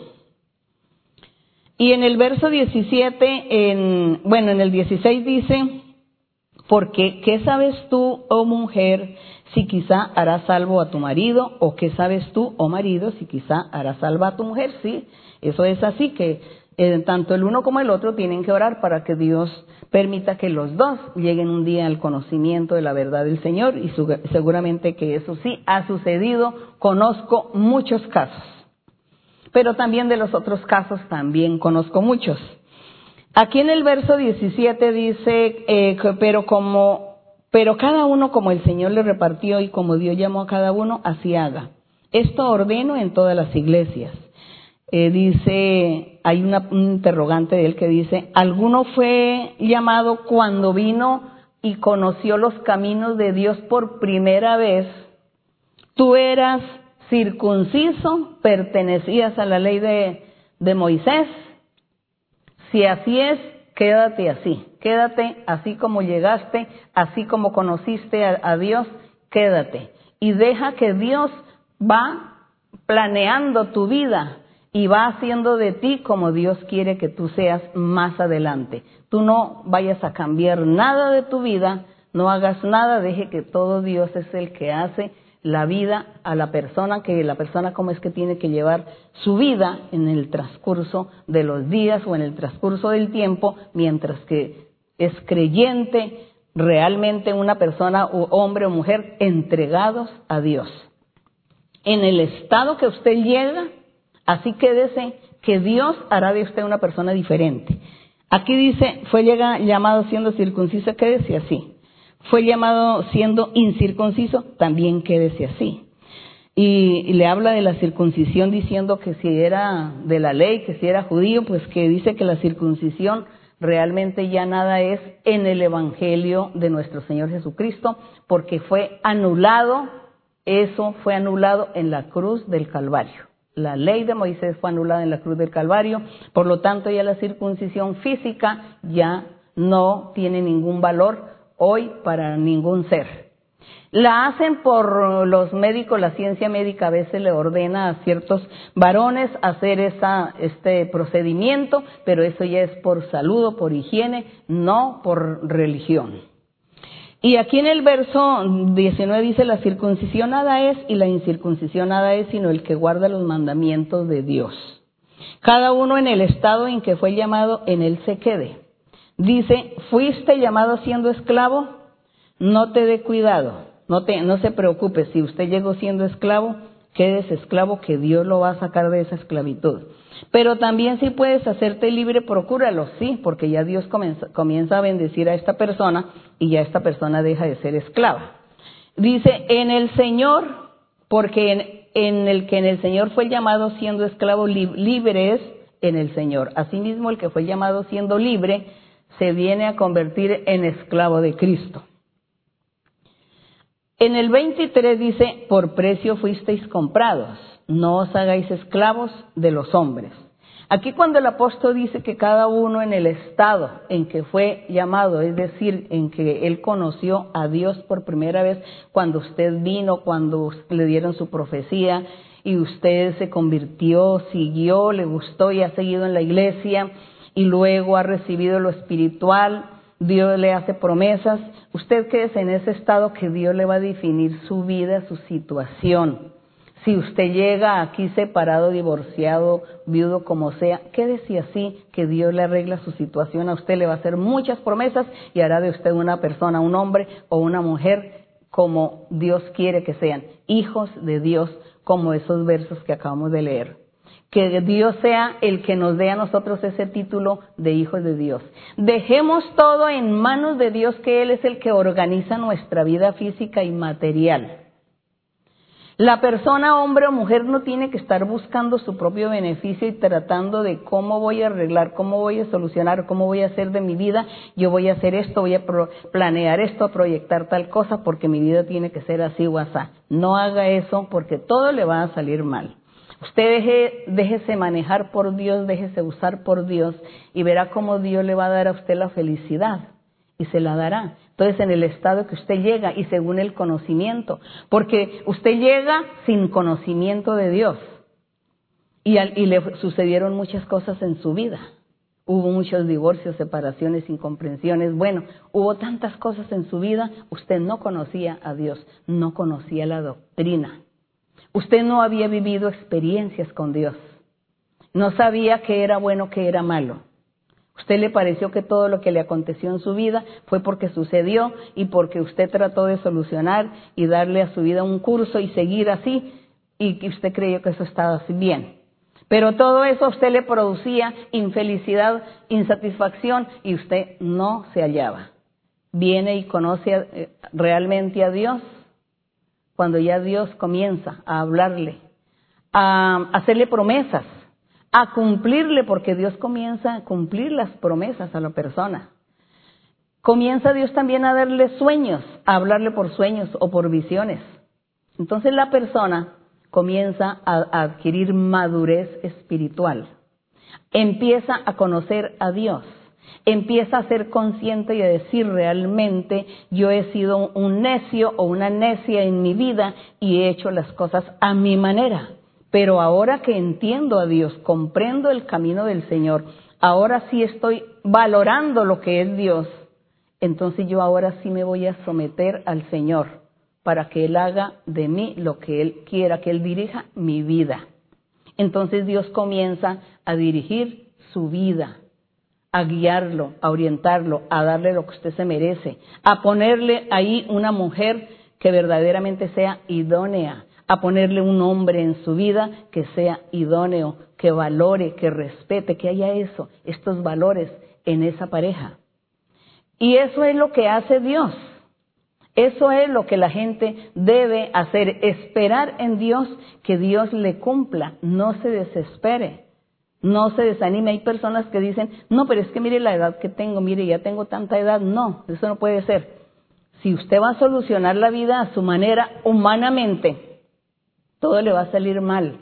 Y en el verso diecisiete, en, bueno, en el dieciséis dice, porque ¿qué sabes tú, oh mujer, si quizá harás salvo a tu marido? ¿O qué sabes tú, oh marido, si quizá harás salvo a tu mujer? Sí, eso es así, que eh, tanto el uno como el otro tienen que orar para que Dios permita que los dos lleguen un día al conocimiento de la verdad del Señor, y su, seguramente que eso sí ha sucedido. Conozco muchos casos, pero también de los otros casos también conozco muchos. Aquí en el verso diecisiete dice, eh, que, pero como, pero cada uno como el Señor le repartió y como Dios llamó a cada uno, así haga. Esto ordeno en todas las iglesias. Eh, dice, hay una, un interrogante de él que dice, ¿alguno fue llamado cuando vino y conoció los caminos de Dios por primera vez? Tú eras circunciso, pertenecías a la ley de, de Moisés. Si así es, quédate así, quédate así como llegaste, así como conociste a, a Dios, quédate. Y deja que Dios va planeando tu vida y va haciendo de ti como Dios quiere que tú seas más adelante. Tú no vayas a cambiar nada de tu vida, no hagas nada, deje que todo Dios es el que hace la vida a la persona, que la persona cómo es que tiene que llevar su vida en el transcurso de los días o en el transcurso del tiempo, mientras que es creyente, realmente una persona, o hombre o mujer, entregados a Dios. En el estado que usted llega, así quédese, que Dios hará de usted una persona diferente. Aquí dice, fue llega, llamado siendo circunciso, quédese así. Fue llamado siendo incircunciso, también quédese así. Y, y le habla de la circuncisión diciendo que si era de la ley, que si era judío, pues que dice que la circuncisión realmente ya nada es en el evangelio de nuestro Señor Jesucristo, porque fue anulado, eso fue anulado en la cruz del Calvario. La ley de Moisés fue anulada en la cruz del Calvario, por lo tanto ya la circuncisión física ya no tiene ningún valor hoy para ningún ser. La hacen por los médicos, la ciencia médica a veces le ordena a ciertos varones hacer esa, este procedimiento, pero eso ya es por salud o por higiene, no por religión. Y aquí en el verso diecinueve dice, la circuncisión nada es y la incircuncisión nada es, sino el que guarda los mandamientos de Dios. Cada uno en el estado en que fue llamado, en él se quede. Dice, fuiste llamado siendo esclavo, no te dé cuidado, no, te, no se preocupe, si usted llegó siendo esclavo, quédese esclavo, que Dios lo va a sacar de esa esclavitud. Pero también si puedes hacerte libre, procúralo, sí, porque ya Dios comienza, comienza a bendecir a esta persona y ya esta persona deja de ser esclava. Dice, en el Señor, porque en, en el que en el Señor fue llamado siendo esclavo, li, libre es en el Señor. Asimismo, el que fue llamado siendo libre, se viene a convertir en esclavo de Cristo. En el veintitrés dice, por precio fuisteis comprados, no os hagáis esclavos de los hombres. Aquí cuando el apóstol dice que cada uno en el estado en que fue llamado, es decir, en que él conoció a Dios por primera vez, cuando usted vino, cuando le dieron su profecía y usted se convirtió, siguió, le gustó y ha seguido en la iglesia, y luego ha recibido lo espiritual, Dios le hace promesas, usted quédese en ese estado que Dios le va a definir su vida, su situación. Si usted llega aquí separado, divorciado, viudo, como sea, quédese así, que Dios le arregla su situación, a usted le va a hacer muchas promesas y hará de usted una persona, un hombre o una mujer como Dios quiere que sean, hijos de Dios, como esos versos que acabamos de leer. Que Dios sea el que nos dé a nosotros ese título de hijos de Dios. Dejemos todo en manos de Dios, que Él es el que organiza nuestra vida física y material. La persona, hombre o mujer, no tiene que estar buscando su propio beneficio y tratando de cómo voy a arreglar, cómo voy a solucionar, cómo voy a hacer de mi vida. Yo voy a hacer esto, voy a pro- planear esto, a proyectar tal cosa, porque mi vida tiene que ser así o asá. No haga eso, porque todo le va a salir mal. Usted deje, déjese manejar por Dios, déjese usar por Dios y verá cómo Dios le va a dar a usted la felicidad y se la dará. Entonces, en el estado que usted llega y según el conocimiento, porque usted llega sin conocimiento de Dios y, al, y le sucedieron muchas cosas en su vida. Hubo muchos divorcios, separaciones, incomprensiones. Bueno, hubo tantas cosas en su vida. Usted no conocía a Dios, no conocía la doctrina. Usted no había vivido experiencias con Dios. No sabía qué era bueno, qué era malo. Usted le pareció que todo lo que le aconteció en su vida fue porque sucedió y porque usted trató de solucionar y darle a su vida un curso y seguir así, y que usted creyó que eso estaba así bien. Pero todo eso a usted le producía infelicidad, insatisfacción y usted no se hallaba. Viene y conoce realmente a Dios cuando ya Dios comienza a hablarle, a hacerle promesas, a cumplirle, porque Dios comienza a cumplir las promesas a la persona. Comienza Dios también a darle sueños, a hablarle por sueños o por visiones. Entonces la persona comienza a, a adquirir madurez espiritual, empieza a conocer a Dios, empieza a ser consciente y a decir realmente yo he sido un necio o una necia en mi vida y he hecho las cosas a mi manera. Pero ahora que entiendo a Dios, comprendo el camino del Señor, ahora sí estoy valorando lo que es Dios, entonces yo ahora sí me voy a someter al Señor para que Él haga de mí lo que Él quiera, que Él dirija mi vida. Entonces Dios comienza a dirigir su vida, a guiarlo, a orientarlo, a darle lo que usted se merece, a ponerle ahí una mujer que verdaderamente sea idónea, a ponerle un hombre en su vida que sea idóneo, que valore, que respete, que haya eso, estos valores en esa pareja. Y eso es lo que hace Dios. Eso es lo que la gente debe hacer, esperar en Dios que Dios le cumpla, no se desespere, no se desanime. Hay personas que dicen, no, pero es que mire la edad que tengo, mire, ya tengo tanta edad. No, eso no puede ser. Si usted va a solucionar la vida a su manera, humanamente, todo le va a salir mal.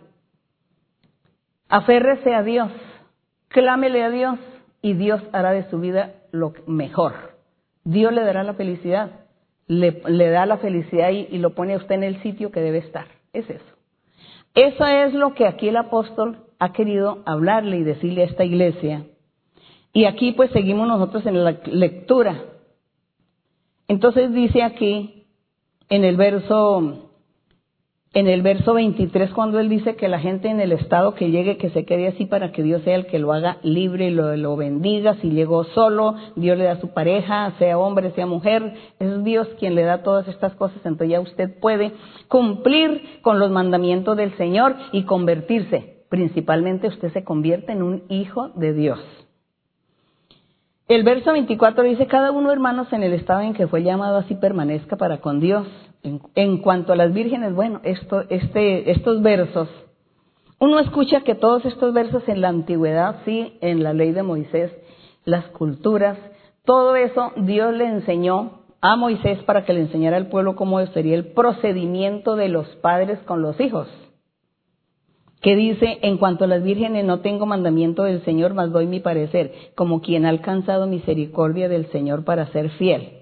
Aférrese a Dios, clámele a Dios y Dios hará de su vida lo mejor. Dios le dará la felicidad. Le, le da la felicidad y, y lo pone a usted en el sitio que debe estar. Es eso. Eso es lo que aquí el apóstol ha querido hablarle y decirle a esta iglesia. Y aquí pues seguimos nosotros en la lectura. Entonces dice aquí en el verso en el verso veintitrés, cuando él dice que la gente en el estado que llegue, que se quede así para que Dios sea el que lo haga libre y lo, lo bendiga. Si llegó solo, Dios le da a su pareja, sea hombre, sea mujer, es Dios quien le da todas estas cosas. Entonces ya usted puede cumplir con los mandamientos del Señor y convertirse. Principalmente usted se convierte en un hijo de Dios. El verso veinticuatro dice, cada uno, hermanos, en el estado en que fue llamado así permanezca para con Dios. En, en cuanto a las vírgenes, bueno, esto, este, estos versos, uno escucha que todos estos versos en la antigüedad, sí, en la ley de Moisés, las culturas, todo eso Dios le enseñó a Moisés para que le enseñara al pueblo cómo sería el procedimiento de los padres con los hijos. Que dice, en cuanto a las vírgenes no tengo mandamiento del Señor, mas doy mi parecer, como quien ha alcanzado misericordia del Señor para ser fiel.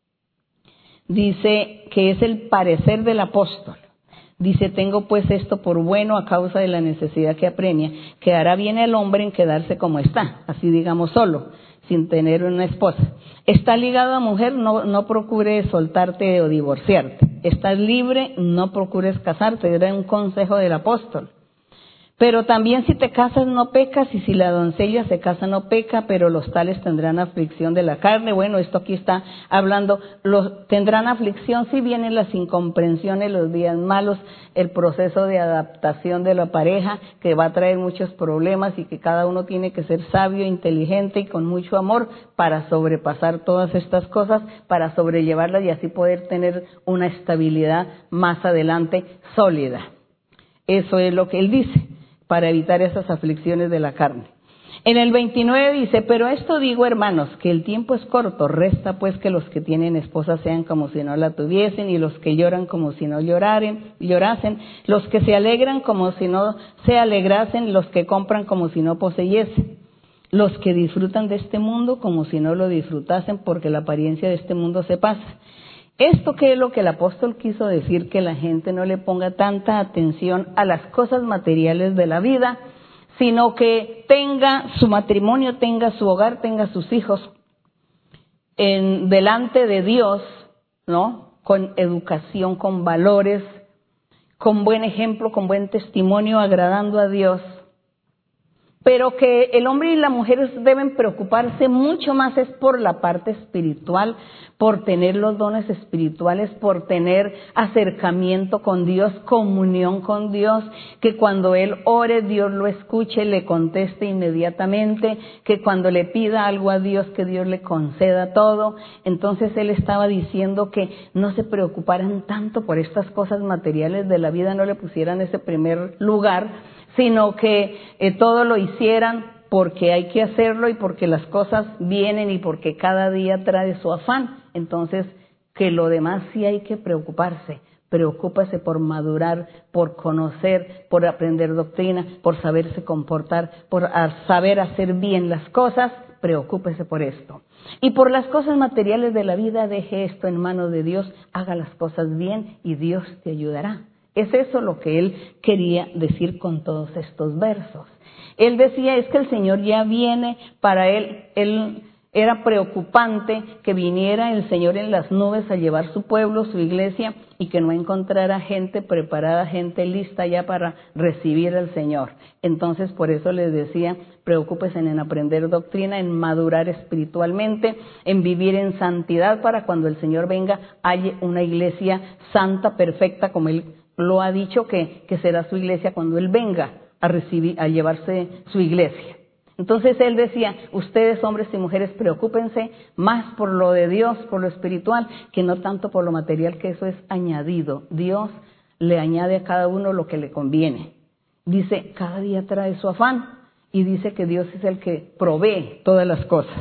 Dice que es el parecer del apóstol. Dice, tengo pues esto por bueno a causa de la necesidad que apremia, que hará bien el hombre en quedarse como está, así digamos solo, sin tener una esposa. Está ligado a mujer, no, no procures soltarte o divorciarte. Estás libre, no procures casarte, era un consejo del apóstol. Pero también si te casas no pecas, y si la doncella se casa no peca, pero los tales tendrán aflicción de la carne. Bueno, esto aquí está hablando, los, tendrán aflicción si vienen las incomprensiones, los días malos, el proceso de adaptación de la pareja, que va a traer muchos problemas y que cada uno tiene que ser sabio, inteligente y con mucho amor para sobrepasar todas estas cosas, para sobrellevarlas y así poder tener una estabilidad más adelante sólida. Eso es lo que él dice, para evitar esas aflicciones de la carne. En el veintinueve dice, pero esto digo, hermanos, que el tiempo es corto, resta pues que los que tienen esposa sean como si no la tuviesen, y los que lloran como si no lloraren, llorasen, los que se alegran como si no se alegrasen, los que compran como si no poseyesen. los que disfrutan de este mundo como si no lo disfrutasen, porque la apariencia de este mundo se pasa. ¿Esto qué es lo que el apóstol quiso decir? Que la gente no le ponga tanta atención a las cosas materiales de la vida, sino que tenga su matrimonio, tenga su hogar, tenga sus hijos en, delante de Dios, ¿no? Con educación, con valores, con buen ejemplo, con buen testimonio, agradando a Dios. Pero que el hombre y la mujer deben preocuparse mucho más es por la parte espiritual, por tener los dones espirituales, por tener acercamiento con Dios, comunión con Dios, que cuando él ore Dios lo escuche, le conteste inmediatamente, que cuando le pida algo a Dios que Dios le conceda todo. Entonces él estaba diciendo que no se preocuparan tanto por estas cosas materiales de la vida, no le pusieran ese primer lugar, sino que eh, todo lo hicieran porque hay que hacerlo y porque las cosas vienen y porque cada día trae su afán. Entonces, que lo demás sí hay que preocuparse. Preocúpese por madurar, por conocer, por aprender doctrina, por saberse comportar, por saber hacer bien las cosas. Preocúpese por esto. Y por las cosas materiales de la vida, deje esto en manos de Dios, haga las cosas bien y Dios te ayudará. Es eso lo que él quería decir con todos estos versos. Él decía, es que el Señor ya viene. Para él, él era preocupante que viniera el Señor en las nubes a llevar su pueblo, su iglesia, y que no encontrara gente preparada, gente lista ya para recibir al Señor. Entonces, por eso les decía, preocúpense en aprender doctrina, en madurar espiritualmente, en vivir en santidad, para cuando el Señor venga, haya una iglesia santa, perfecta, como Él lo ha dicho que, que será su iglesia cuando Él venga a recibir, a llevarse su iglesia. Entonces Él decía, ustedes hombres y mujeres preocúpense más por lo de Dios, por lo espiritual, que no tanto por lo material, que eso es añadido. Dios le añade a cada uno lo que le conviene. Dice, cada día trae su afán, y dice que Dios es el que provee todas las cosas.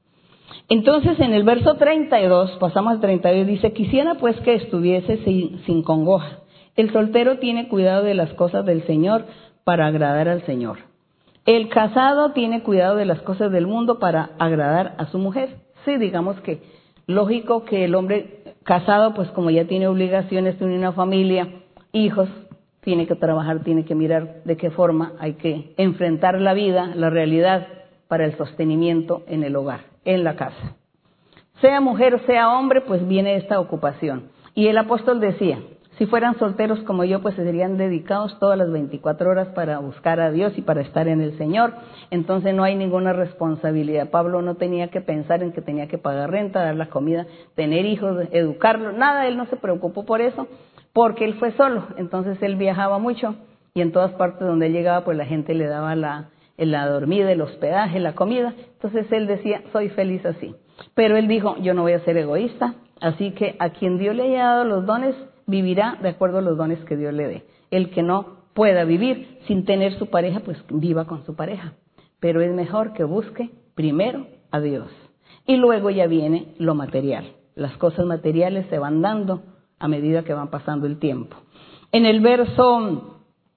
Entonces en el verso treinta y dos, pasamos al treinta y dos, dice, quisiera pues que estuviese sin, sin congoja. El soltero tiene cuidado de las cosas del Señor para agradar al Señor. El casado tiene cuidado de las cosas del mundo para agradar a su mujer. Sí, digamos que lógico que el hombre casado, pues como ya tiene obligaciones, tiene una familia, hijos, tiene que trabajar, tiene que mirar de qué forma hay que enfrentar la vida, la realidad, para el sostenimiento en el hogar, en la casa. Sea mujer o sea hombre, pues viene esta ocupación. Y el apóstol decía, si fueran solteros como yo, pues serían dedicados todas las veinticuatro horas para buscar a Dios y para estar en el Señor. Entonces no hay ninguna responsabilidad. Pablo no tenía que pensar en que tenía que pagar renta, dar la comida, tener hijos, educarlos, nada. Él no se preocupó por eso, porque él fue solo. Entonces él viajaba mucho y en todas partes donde él llegaba, pues la gente le daba la, la dormida, el hospedaje, la comida. Entonces él decía, soy feliz así. Pero él dijo, yo no voy a ser egoísta, así que a quien Dios le haya dado los dones, vivirá de acuerdo a los dones que Dios le dé. El que no pueda vivir sin tener su pareja, pues viva con su pareja. Pero es mejor que busque primero a Dios. Y luego ya viene lo material. Las cosas materiales se van dando a medida que van pasando el tiempo. En el verso,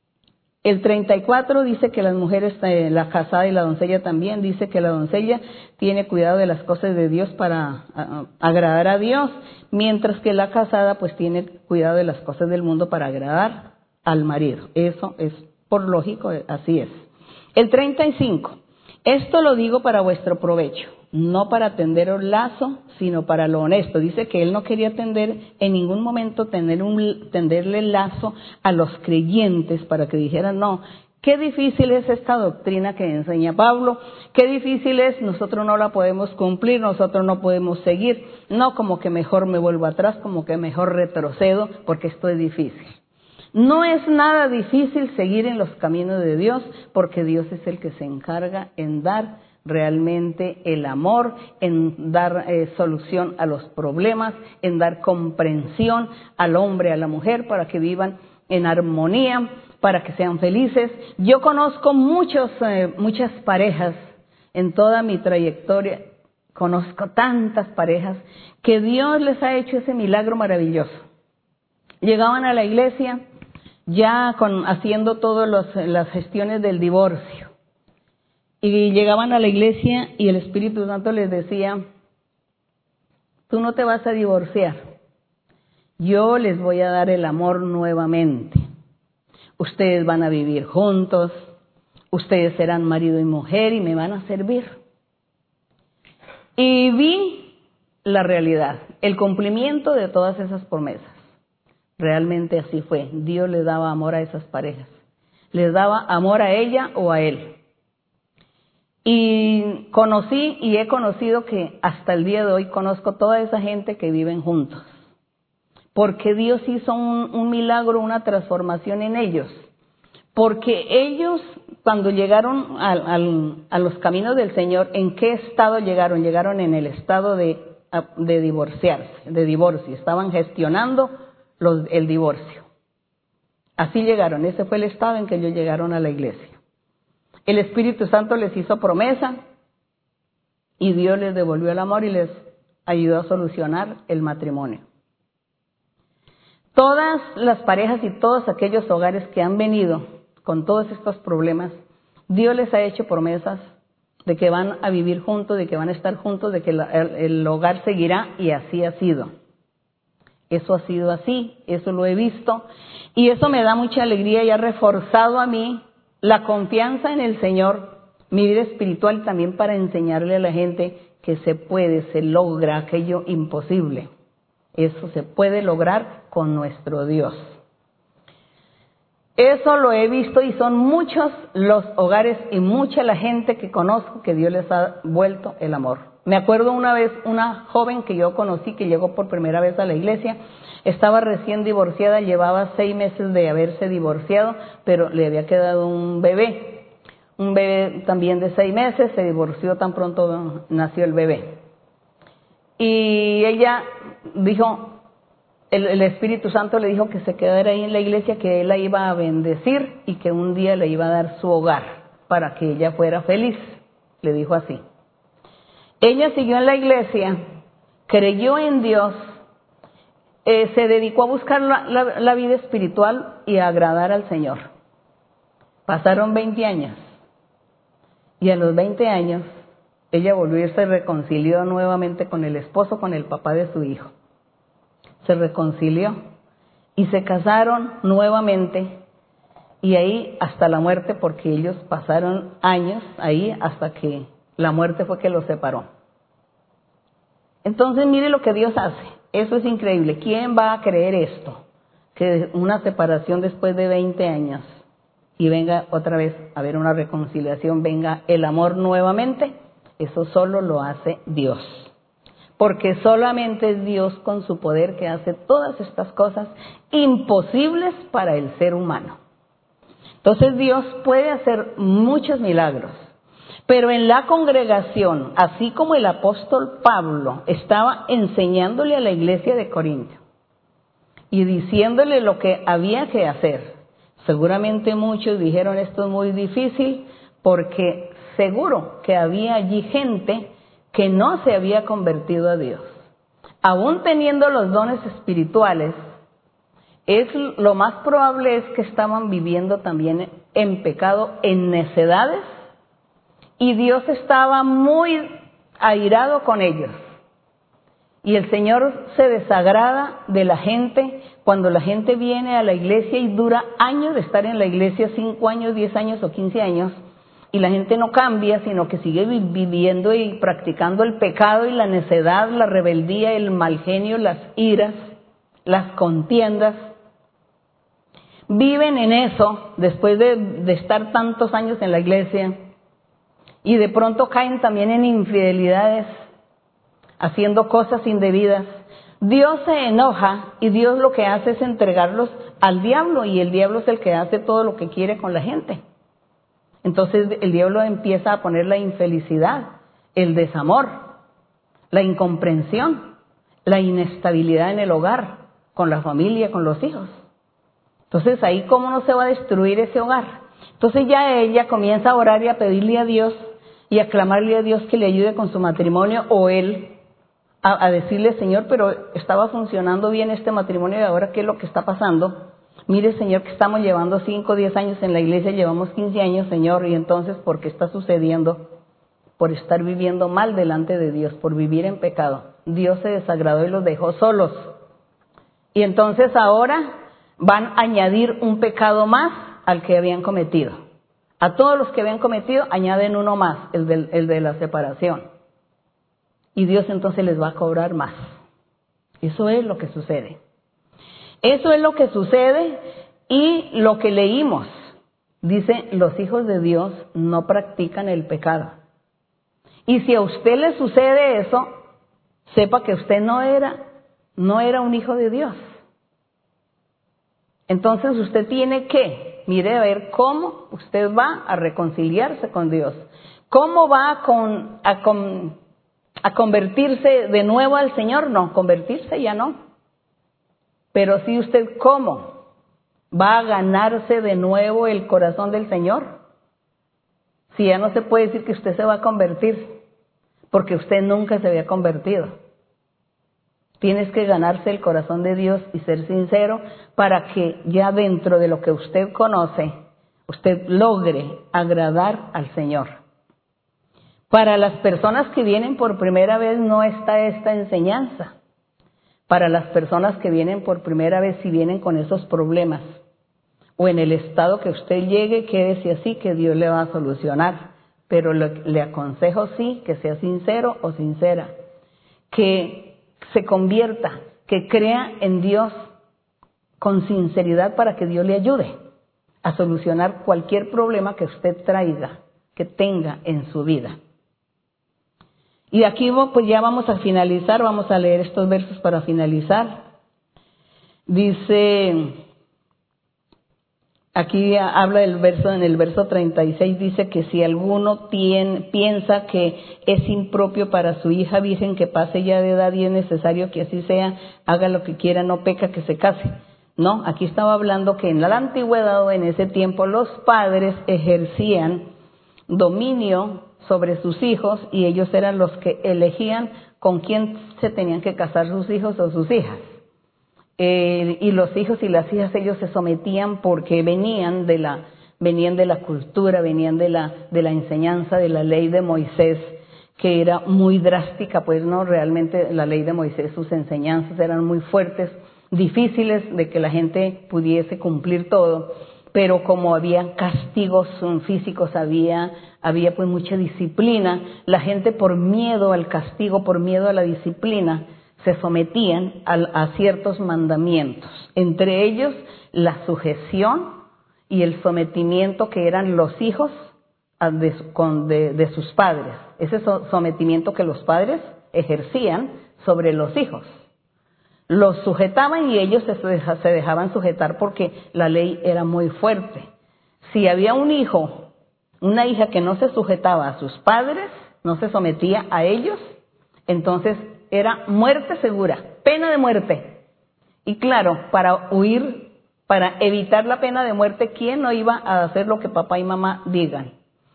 el treinta y cuatro dice que las mujeres, eh, la casada y la doncella también, dice que la doncella tiene cuidado de las cosas de Dios para a, agradar a Dios, mientras que la casada pues tiene cuidado de las cosas del mundo para agradar al marido. Eso es por lógico, así es. El treinta y cinco, esto lo digo para vuestro provecho, no para tenderos lazo, sino para lo honesto. Dice que él no quería tender en ningún momento tener un, tenderle lazo a los creyentes para que dijeran, no, qué difícil es esta doctrina que enseña Pablo, qué difícil es, nosotros no la podemos cumplir, nosotros no podemos seguir, no, como que mejor me vuelvo atrás, como que mejor retrocedo, porque esto es difícil. No es nada difícil seguir en los caminos de Dios, porque Dios es el que se encarga en dar realmente el amor, en dar eh, solución a los problemas, en dar comprensión al hombre, a la mujer, para que vivan en armonía, para que sean felices. Yo conozco muchos, eh, muchas parejas en toda mi trayectoria, conozco tantas parejas que Dios les ha hecho ese milagro maravilloso. Llegaban a la iglesia ya con, haciendo todas las gestiones del divorcio. Y llegaban a la iglesia y el Espíritu Santo les decía, tú no te vas a divorciar, yo les voy a dar el amor nuevamente. Ustedes van a vivir juntos, ustedes serán marido y mujer y me van a servir. Y vi la realidad, el cumplimiento de todas esas promesas. Realmente así fue, Dios les daba amor a esas parejas, les daba amor a ella o a él. Y conocí y he conocido que hasta el día de hoy conozco toda esa gente que viven juntos. Porque Dios hizo un, un milagro, una transformación en ellos. Porque ellos, cuando llegaron al, al, a los caminos del Señor, ¿en qué estado llegaron? Llegaron en el estado de, de divorciarse, de divorcio. Estaban gestionando los, el divorcio. Así llegaron, ese fue el estado en que ellos llegaron a la iglesia. El Espíritu Santo les hizo promesa y Dios les devolvió el amor y les ayudó a solucionar el matrimonio. Todas las parejas y todos aquellos hogares que han venido con todos estos problemas, Dios les ha hecho promesas de que van a vivir juntos, de que van a estar juntos, de que el, el hogar seguirá, y así ha sido. Eso ha sido así, eso lo he visto y eso me da mucha alegría y ha reforzado a mí la confianza en el Señor, mi vida espiritual también, para enseñarle a la gente que se puede, se logra aquello imposible. Eso se puede lograr con nuestro Dios. Eso lo he visto y son muchos los hogares y mucha la gente que conozco que Dios les ha vuelto el amor. Me acuerdo una vez una joven que yo conocí que llegó por primera vez a la iglesia, estaba recién divorciada, llevaba seis meses de haberse divorciado, pero le había quedado un bebé, un bebé también de seis meses, se divorció tan pronto nació el bebé. Y ella dijo, el, el Espíritu Santo le dijo que se quedara ahí en la iglesia, que él la iba a bendecir y que un día le iba a dar su hogar para que ella fuera feliz, le dijo así. Ella siguió en la iglesia, creyó en Dios, eh, se dedicó a buscar la, la, la vida espiritual y a agradar al Señor. Pasaron veinte años y a los veinte años ella volvió y se reconcilió nuevamente con el esposo, con el papá de su hijo. Se reconcilió y se casaron nuevamente y ahí hasta la muerte, porque ellos pasaron años ahí hasta que la muerte fue que los separó. Entonces mire lo que Dios hace, eso es increíble. ¿Quién va a creer esto? Que una separación después de veinte años y venga otra vez a haber una reconciliación, venga el amor nuevamente. Eso solo lo hace Dios, porque solamente es Dios con su poder que hace todas estas cosas imposibles para el ser humano. Entonces Dios puede hacer muchos milagros, pero en la congregación, así como el apóstol Pablo estaba enseñándole a la iglesia de Corinto y diciéndole lo que había que hacer, seguramente muchos dijeron esto es muy difícil, porque seguro que había allí gente que no se había convertido a Dios. Aún teniendo los dones espirituales, es lo más probable es que estaban viviendo también en pecado, en necedades, y Dios estaba muy airado con ellos. Y el Señor se desagrada de la gente cuando la gente viene a la iglesia y dura años de estar en la iglesia, cinco años, diez años o quince años, y la gente no cambia, sino que sigue viviendo y practicando el pecado y la necedad, la rebeldía, el mal genio, las iras, las contiendas. Viven en eso después de, de estar tantos años en la iglesia y de pronto caen también en infidelidades, haciendo cosas indebidas. Dios se enoja y Dios lo que hace es entregarlos al diablo, y el diablo es el que hace todo lo que quiere con la gente. Entonces el diablo empieza a poner la infelicidad, el desamor, la incomprensión, la inestabilidad en el hogar, con la familia, con los hijos. Entonces ahí cómo no se va a destruir ese hogar. Entonces ya ella comienza a orar y a pedirle a Dios y a clamarle a Dios que le ayude con su matrimonio, o él a, a decirle, Señor, pero estaba funcionando bien este matrimonio y ahora ¿qué es lo que está pasando? Mire, Señor, que estamos llevando cinco o diez años en la iglesia, llevamos quince años, Señor, y entonces, ¿por qué está sucediendo? Por estar viviendo mal delante de Dios, por vivir en pecado. Dios se desagradó y los dejó solos. Y entonces ahora van a añadir un pecado más al que habían cometido. A todos los que habían cometido añaden uno más, el de, el de la separación. Y Dios entonces les va a cobrar más. Eso es lo que sucede. Eso es lo que sucede y lo que leímos. Dice, los hijos de Dios no practican el pecado. Y si a usted le sucede eso, sepa que usted no era, no era un hijo de Dios. Entonces usted tiene que, mire, a ver cómo usted va a reconciliarse con Dios. ¿Cómo va a, con, a, con, a convertirse de nuevo al Señor? No, convertirse ya no. Pero sí usted cómo va a ganarse de nuevo el corazón del Señor. Si ya no se puede decir que usted se va a convertir, porque usted nunca se había convertido. Tienes que ganarse el corazón de Dios y ser sincero para que ya dentro de lo que usted conoce, usted logre agradar al Señor. Para las personas que vienen por primera vez no está esta enseñanza. Para las personas que vienen por primera vez, si vienen con esos problemas, o en el estado que usted llegue, quédese así, que Dios le va a solucionar. Pero le, le aconsejo sí, que sea sincero o sincera, que se convierta, que crea en Dios con sinceridad para que Dios le ayude a solucionar cualquier problema que usted traiga, que tenga en su vida. Y aquí pues ya vamos a finalizar, vamos a leer estos versos para finalizar. Dice, aquí habla del verso, en el verso treinta y seis dice que si alguno tiene, piensa que es impropio para su hija virgen que pase ya de edad y es necesario que así sea, haga lo que quiera, no peca, que se case. No, aquí estaba hablando que en la antigüedad o en ese tiempo los padres ejercían dominio sobre sus hijos y ellos eran los que elegían con quién se tenían que casar sus hijos o sus hijas. Eh, y los hijos y las hijas ellos se sometían porque venían de la venían de la cultura, venían de la de la enseñanza de la ley de Moisés, que era muy drástica, pues no, realmente la ley de Moisés, sus enseñanzas eran muy fuertes, difíciles de que la gente pudiese cumplir todo, pero como había castigos físicos, había había pues mucha disciplina, la gente por miedo al castigo, por miedo a la disciplina, se sometían a, a ciertos mandamientos, entre ellos la sujeción y el sometimiento que eran los hijos de, con, de, de sus padres, ese sometimiento que los padres ejercían sobre los hijos. Los sujetaban y ellos se, se dejaban sujetar porque la ley era muy fuerte. Si había un hijo, una hija que no se sujetaba a sus padres, no se sometía a ellos, entonces era muerte segura, pena de muerte. Y claro, para huir, para evitar la pena de muerte, ¿quién no iba a hacer lo que papá y mamá digan?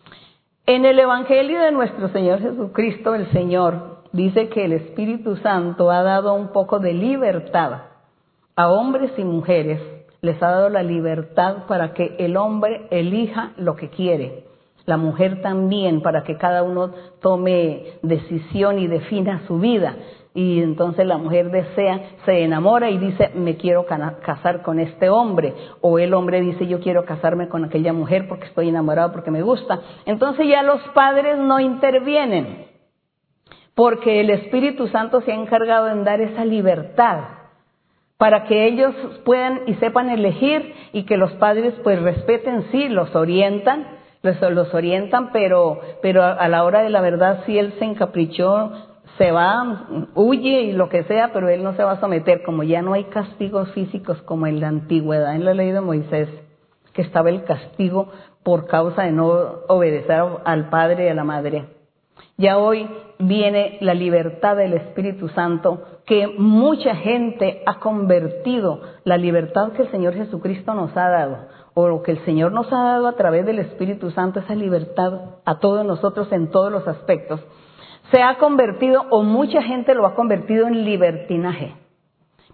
En el Evangelio de nuestro Señor Jesucristo, el Señor dice que el Espíritu Santo ha dado un poco de libertad a hombres y mujeres, les ha dado la libertad para que el hombre elija lo que quiere. La mujer también, para que cada uno tome decisión y defina su vida. Y entonces la mujer desea, se enamora y dice, me quiero casar con este hombre. O el hombre dice, yo quiero casarme con aquella mujer porque estoy enamorado, porque me gusta. Entonces ya los padres no intervienen, porque el Espíritu Santo se ha encargado en dar esa libertad para que ellos puedan y sepan elegir y que los padres pues respeten, sí, los orientan, Los, los orientan, pero, pero a la hora de la verdad, si él se encaprichó, se va, huye y lo que sea, pero él no se va a someter, como ya no hay castigos físicos como en la antigüedad, en la ley de Moisés, que estaba el castigo por causa de no obedecer al padre y a la madre. Ya hoy viene la libertad del Espíritu Santo, que mucha gente ha convertido la libertad que el Señor Jesucristo nos ha dado, o lo que el Señor nos ha dado a través del Espíritu Santo, esa libertad a todos nosotros en todos los aspectos, se ha convertido, o mucha gente lo ha convertido en libertinaje.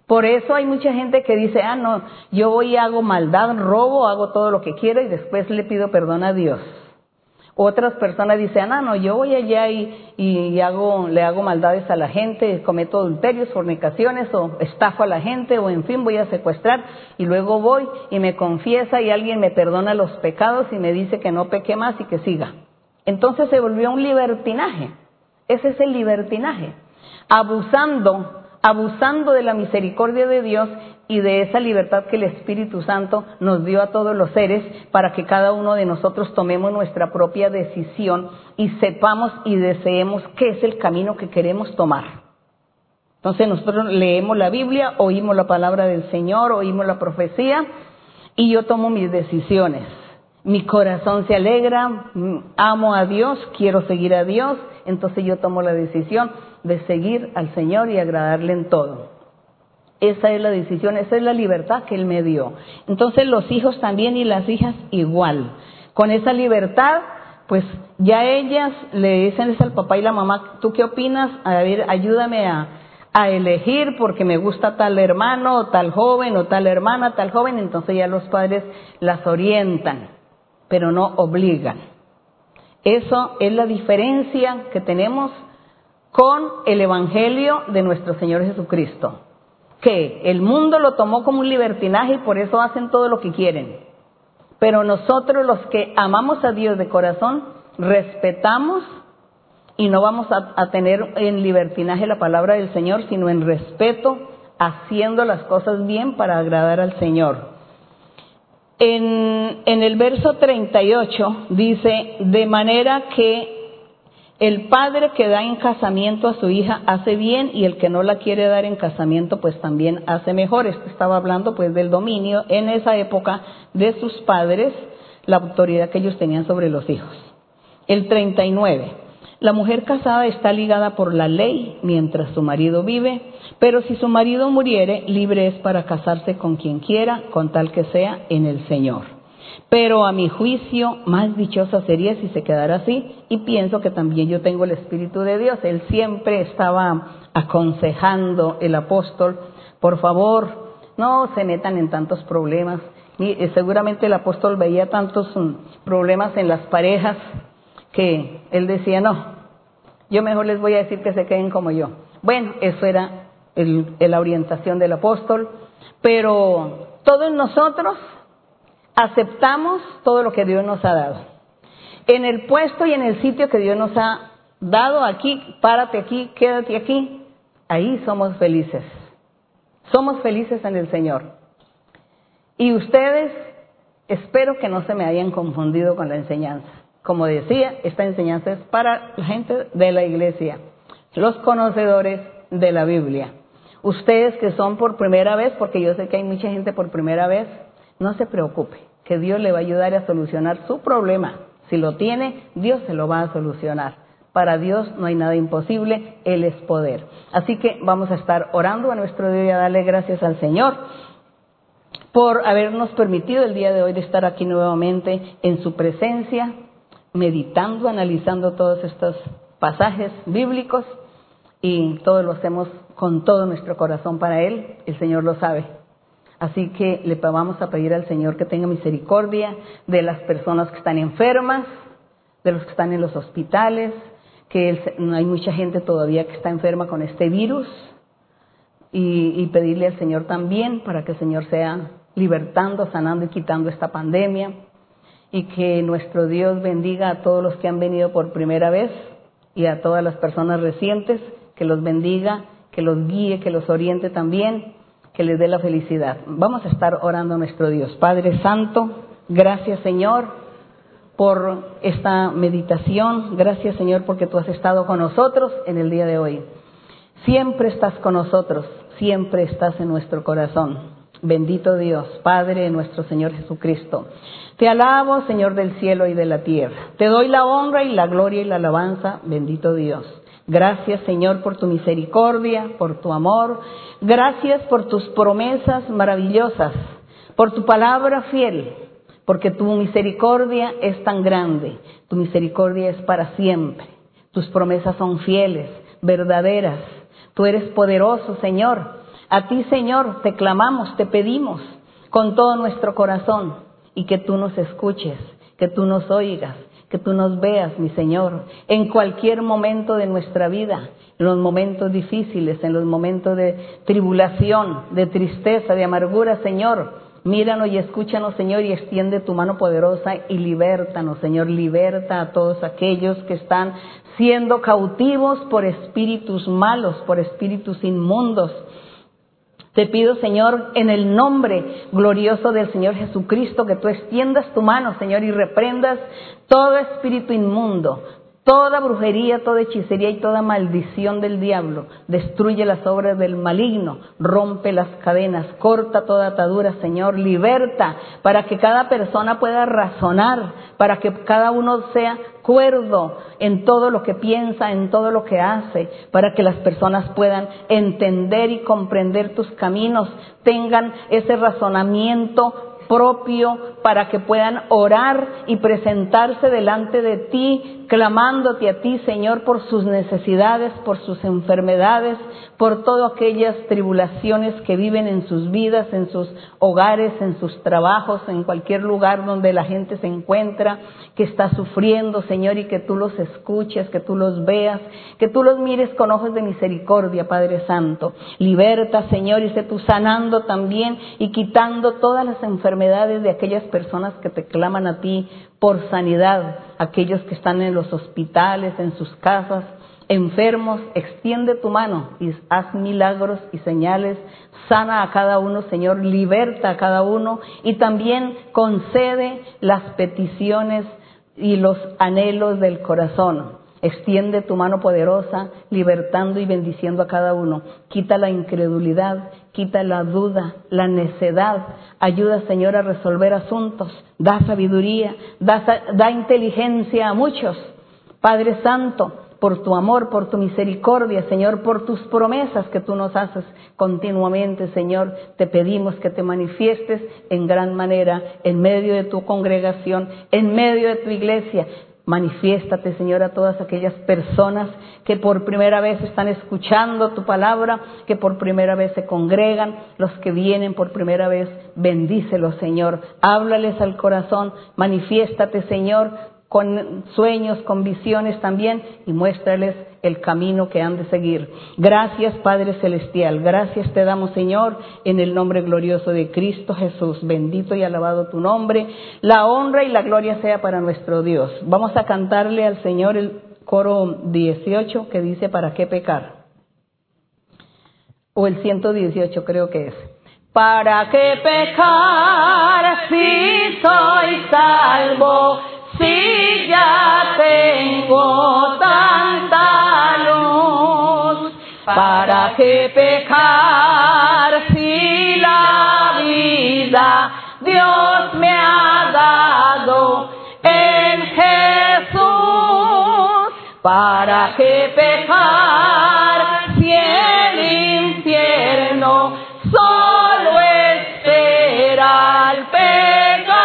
Por eso hay mucha gente que dice, ah, no, yo voy y hago maldad, robo, hago todo lo que quiero y después le pido perdón a Dios. Otras personas dicen, ah, no, yo voy allá y, y hago, le hago maldades a la gente, cometo adulterios, fornicaciones o estafo a la gente o en fin voy a secuestrar y luego voy y me confiesa y alguien me perdona los pecados y me dice que no peque más y que siga. Entonces se volvió un libertinaje. Ese es el libertinaje. Abusando abusando de la misericordia de Dios y de esa libertad que el Espíritu Santo nos dio a todos los seres para que cada uno de nosotros tomemos nuestra propia decisión y sepamos y deseemos qué es el camino que queremos tomar. Entonces nosotros leemos la Biblia, oímos la palabra del Señor, oímos la profecía y yo tomo mis decisiones. Mi corazón se alegra, amo a Dios, quiero seguir a Dios, entonces yo tomo la decisión de seguir al Señor y agradarle en todo. Esa es la decisión, esa es la libertad que Él me dio. Entonces los hijos también y las hijas igual. Con esa libertad, pues ya ellas le dicen al papá y la mamá, ¿tú qué opinas? A ver, ayúdame a, a elegir porque me gusta tal hermano, o tal joven, o tal hermana, tal joven. Entonces ya los padres las orientan, pero no obligan. Eso es la diferencia que tenemos con el Evangelio de nuestro Señor Jesucristo, que el mundo lo tomó como un libertinaje y por eso hacen todo lo que quieren. Pero nosotros los que amamos a Dios de corazón, respetamos y no vamos a, a tener en libertinaje la palabra del Señor, sino en respeto, haciendo las cosas bien para agradar al Señor. En, en el verso treinta y ocho dice, de manera que el padre que da en casamiento a su hija hace bien y el que no la quiere dar en casamiento pues también hace mejor. Esto estaba hablando pues del dominio en esa época de sus padres, la autoridad que ellos tenían sobre los hijos. El treinta y nueve. La mujer casada está ligada por la ley mientras su marido vive, pero si su marido muriere, libre es para casarse con quien quiera, con tal que sea en el Señor. Pero a mi juicio, más dichosa sería si se quedara así, y pienso que también yo tengo el Espíritu de Dios. Él siempre estaba aconsejando, el apóstol, por favor, no se metan en tantos problemas. Y seguramente el apóstol veía tantos um, problemas en las parejas que él decía, no, yo mejor les voy a decir que se queden como yo. Bueno, eso era el, la orientación del apóstol, pero todos nosotros aceptamos todo lo que Dios nos ha dado. En el puesto y en el sitio que Dios nos ha dado, aquí, párate aquí, quédate aquí, ahí somos felices. Somos felices en el Señor. Y ustedes, espero que no se me hayan confundido con la enseñanza. Como decía, esta enseñanza es para la gente de la iglesia, los conocedores de la Biblia. Ustedes que son por primera vez, porque yo sé que hay mucha gente por primera vez, no se preocupe, que Dios le va a ayudar a solucionar su problema. Si lo tiene, Dios se lo va a solucionar. Para Dios no hay nada imposible, Él es poder. Así que vamos a estar orando a nuestro Dios y a darle gracias al Señor por habernos permitido el día de hoy de estar aquí nuevamente en su presencia, meditando, analizando todos estos pasajes bíblicos, y todos lo hacemos con todo nuestro corazón para Él. El Señor lo sabe. Así que le vamos a pedir al Señor que tenga misericordia de las personas que están enfermas, de los que están en los hospitales, que él, hay mucha gente todavía que está enferma con este virus, y, y pedirle al Señor también para que el Señor sea libertando, sanando y quitando esta pandemia, y que nuestro Dios bendiga a todos los que han venido por primera vez y a todas las personas recientes, que los bendiga, que los guíe, que los oriente también, que les dé la felicidad. Vamos a estar orando a nuestro Dios. Padre Santo, gracias Señor por esta meditación. Gracias Señor porque tú has estado con nosotros en el día de hoy. Siempre estás con nosotros, siempre estás en nuestro corazón. Bendito Dios, Padre de nuestro Señor Jesucristo. Te alabo, Señor del cielo y de la tierra. Te doy la honra y la gloria y la alabanza, bendito Dios. Gracias, Señor, por tu misericordia, por tu amor. Gracias por tus promesas maravillosas, por tu palabra fiel, porque tu misericordia es tan grande. Tu misericordia es para siempre. Tus promesas son fieles, verdaderas. Tú eres poderoso, Señor. A ti, Señor, te clamamos, te pedimos con todo nuestro corazón y que tú nos escuches, que tú nos oigas, que tú nos veas, mi Señor, en cualquier momento de nuestra vida, en los momentos difíciles, en los momentos de tribulación, de tristeza, de amargura, Señor. Míranos y escúchanos, Señor, y extiende tu mano poderosa y libértanos, Señor. Liberta a todos aquellos que están siendo cautivos por espíritus malos, por espíritus inmundos. Te pido, Señor, en el nombre glorioso del Señor Jesucristo, que tú extiendas tu mano, Señor, y reprendas todo espíritu inmundo, toda brujería, toda hechicería y toda maldición del diablo. Destruye las obras del maligno, rompe las cadenas, corta toda atadura, Señor, liberta para que cada persona pueda razonar, para que cada uno sea cuerdo en todo lo que piensa, en todo lo que hace, para que las personas puedan entender y comprender tus caminos, tengan ese razonamiento propio para que puedan orar y presentarse delante de ti, clamándote a ti, Señor, por sus necesidades, por sus enfermedades, por todas aquellas tribulaciones que viven en sus vidas, en sus hogares, en sus trabajos, en cualquier lugar donde la gente se encuentra, que está sufriendo, Señor, y que tú los escuches, que tú los veas, que tú los mires con ojos de misericordia, Padre Santo. Liberta, Señor, y sé tú sanando también y quitando todas las enfermedades de aquellas personas que te claman a ti por sanidad, aquellos que están en los hospitales, en sus casas, enfermos. Extiende tu mano y haz milagros y señales, sana a cada uno, Señor, liberta a cada uno y también concede las peticiones y los anhelos del corazón. Extiende tu mano poderosa, libertando y bendiciendo a cada uno. Quita la incredulidad, quita la duda, la necedad. Ayuda, Señor, a resolver asuntos. Da sabiduría, da, da inteligencia a muchos. Padre Santo, por tu amor, por tu misericordia, Señor, por tus promesas que tú nos haces continuamente, Señor, te pedimos que te manifiestes en gran manera en medio de tu congregación, en medio de tu iglesia. Manifiéstate, Señor, a todas aquellas personas que por primera vez están escuchando tu palabra, que por primera vez se congregan, los que vienen por primera vez, bendícelos, Señor. Háblales al corazón, manifiéstate, Señor, con sueños, con visiones también, y muéstrales el camino que han de seguir. Gracias, Padre Celestial, gracias te damos, Señor, en el nombre glorioso de Cristo Jesús. Bendito y alabado tu nombre. La honra y la gloria sea para nuestro Dios. Vamos a cantarle al Señor el coro dieciocho que dice ¿para qué pecar? O el ciento dieciocho creo que es. ¿Para qué pecar si soy salvo? Si ya tengo tanta luz, ¿para qué pecar si la vida Dios me ha dado en Jesús? ¿Para qué pecar si el infierno solo espera al pecador?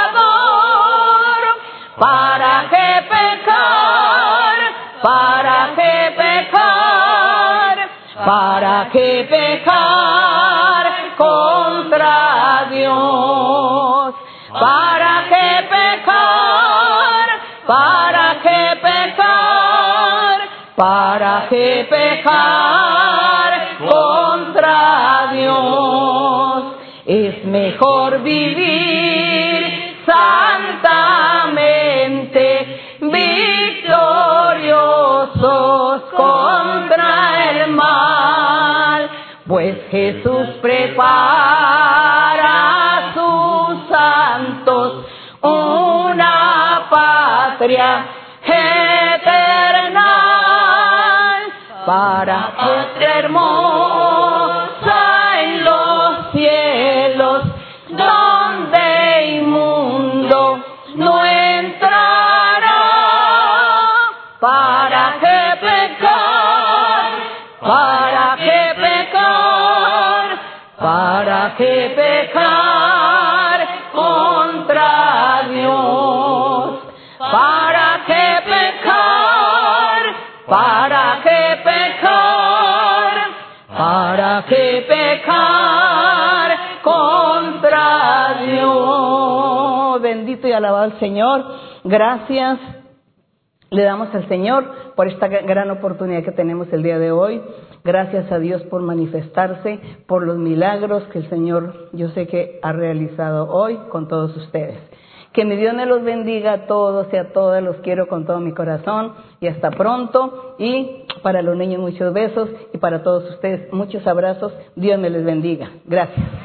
¿Para qué pecar? ¿Para qué pecar? ¿Para qué pecar contra Dios? ¿Para qué pecar? ¿Para qué pecar? ¿Para qué pecar contra Dios? Es mejor vivir santamente, victoriosos contra el mal, pues Jesús prepara a sus santos una patria eterna, para patria hermosa en los cielos, donde inmundo no entrará. ¿Para qué pecar? ¿Para qué pecar? ¿Para qué pecar contra Dios? ¿Para qué pecar? ¿Para qué pecar? ¿Para ¿Para qué pecar contra Dios? Bendito y alabado el Señor. Gracias le damos al Señor por esta gran oportunidad que tenemos el día de hoy. Gracias a Dios por manifestarse, por los milagros que el Señor, yo sé que ha realizado hoy con todos ustedes. Que mi Dios me los bendiga a todos y a todas, los quiero con todo mi corazón y hasta pronto. Y para los niños muchos besos y para todos ustedes muchos abrazos. Dios me les bendiga. Gracias.